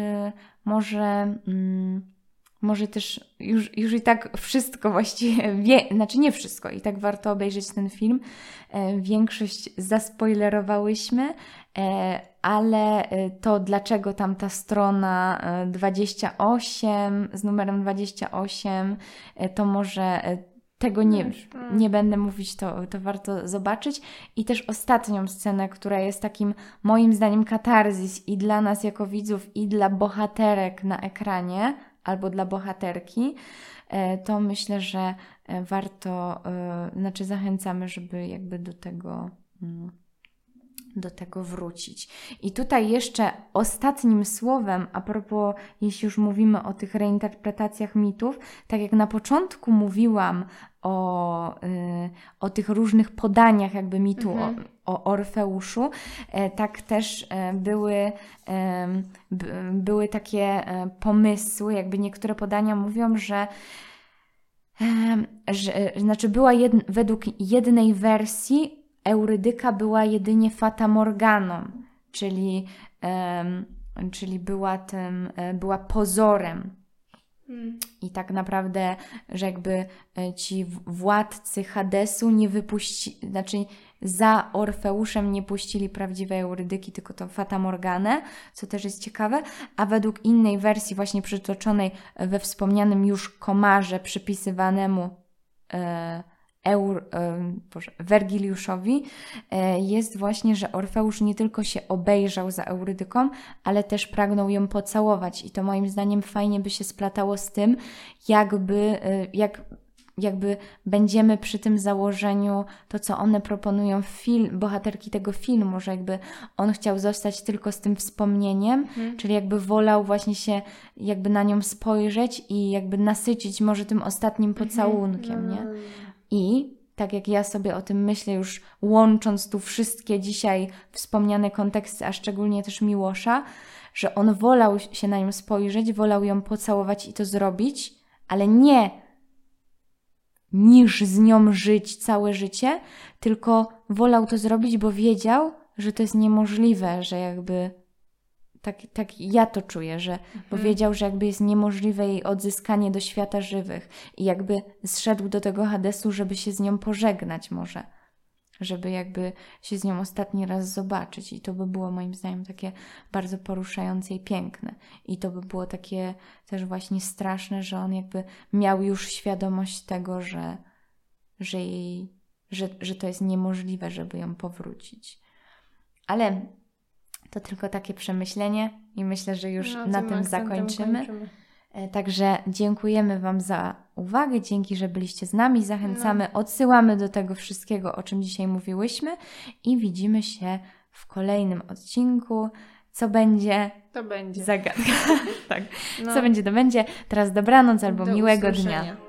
może też już i tak wszystko właściwie, znaczy nie wszystko, i tak warto obejrzeć ten film. Większość zaspoilerowałyśmy, ale to dlaczego tam ta strona 28 z numerem 28, to może tego nie będę mówić, to warto zobaczyć. I też ostatnią scenę, która jest takim moim zdaniem katarzis i dla nas jako widzów, i dla bohaterek na ekranie, albo dla bohaterki, to myślę, że warto, znaczy zachęcamy, żeby jakby do tego wrócić. I tutaj jeszcze ostatnim słowem, a propos, jeśli już mówimy o tych reinterpretacjach mitów, tak jak na początku mówiłam o tych różnych podaniach jakby mitu o Orfeuszu, tak też były takie pomysły, jakby niektóre podania mówią, że znaczy była według jednej wersji Eurydyka była jedynie fatamorganą, czyli była pozorem. I tak naprawdę, że jakby ci władcy Hadesu nie wypuścili, znaczy za Orfeuszem nie puścili prawdziwej Eurydyki, tylko tą fatamorganę, co też jest ciekawe, a według innej wersji właśnie przytoczonej we wspomnianym już Komarze przypisywanemu Wergiliuszowi jest właśnie, że Orfeusz nie tylko się obejrzał za Eurydyką, ale też pragnął ją pocałować i to moim zdaniem fajnie by się splatało z tym, jakby będziemy przy tym założeniu, to co one proponują bohaterki tego filmu, że jakby on chciał zostać tylko z tym wspomnieniem, czyli jakby wolał właśnie się jakby na nią spojrzeć i jakby nasycić może tym ostatnim pocałunkiem, nie? I tak jak ja sobie o tym myślę, już łącząc tu wszystkie dzisiaj wspomniane konteksty, a szczególnie też Miłosza, że on wolał się na nią spojrzeć, wolał ją pocałować i to zrobić, ale nie niż z nią żyć całe życie, tylko wolał to zrobić, bo wiedział, że to jest niemożliwe, że jakby tak ja to czuję, że bo wiedział, że jakby jest niemożliwe jej odzyskanie do świata żywych i jakby zszedł do tego Hadesu, żeby się z nią pożegnać może, żeby jakby się z nią ostatni raz zobaczyć i to by było moim zdaniem takie bardzo poruszające i piękne i to by było takie też właśnie straszne, że on jakby miał już świadomość tego, że to jest niemożliwe, żeby ją powrócić. Ale to tylko takie przemyślenie i myślę, że już na tym zakończymy. Także dziękujemy Wam za uwagę, dzięki, że byliście z nami, zachęcamy, odsyłamy do tego wszystkiego, o czym dzisiaj mówiłyśmy i widzimy się w kolejnym odcinku. Co będzie? To będzie. Zagadka. Tak. Co będzie, to będzie. Teraz dobranoc albo miłego dnia.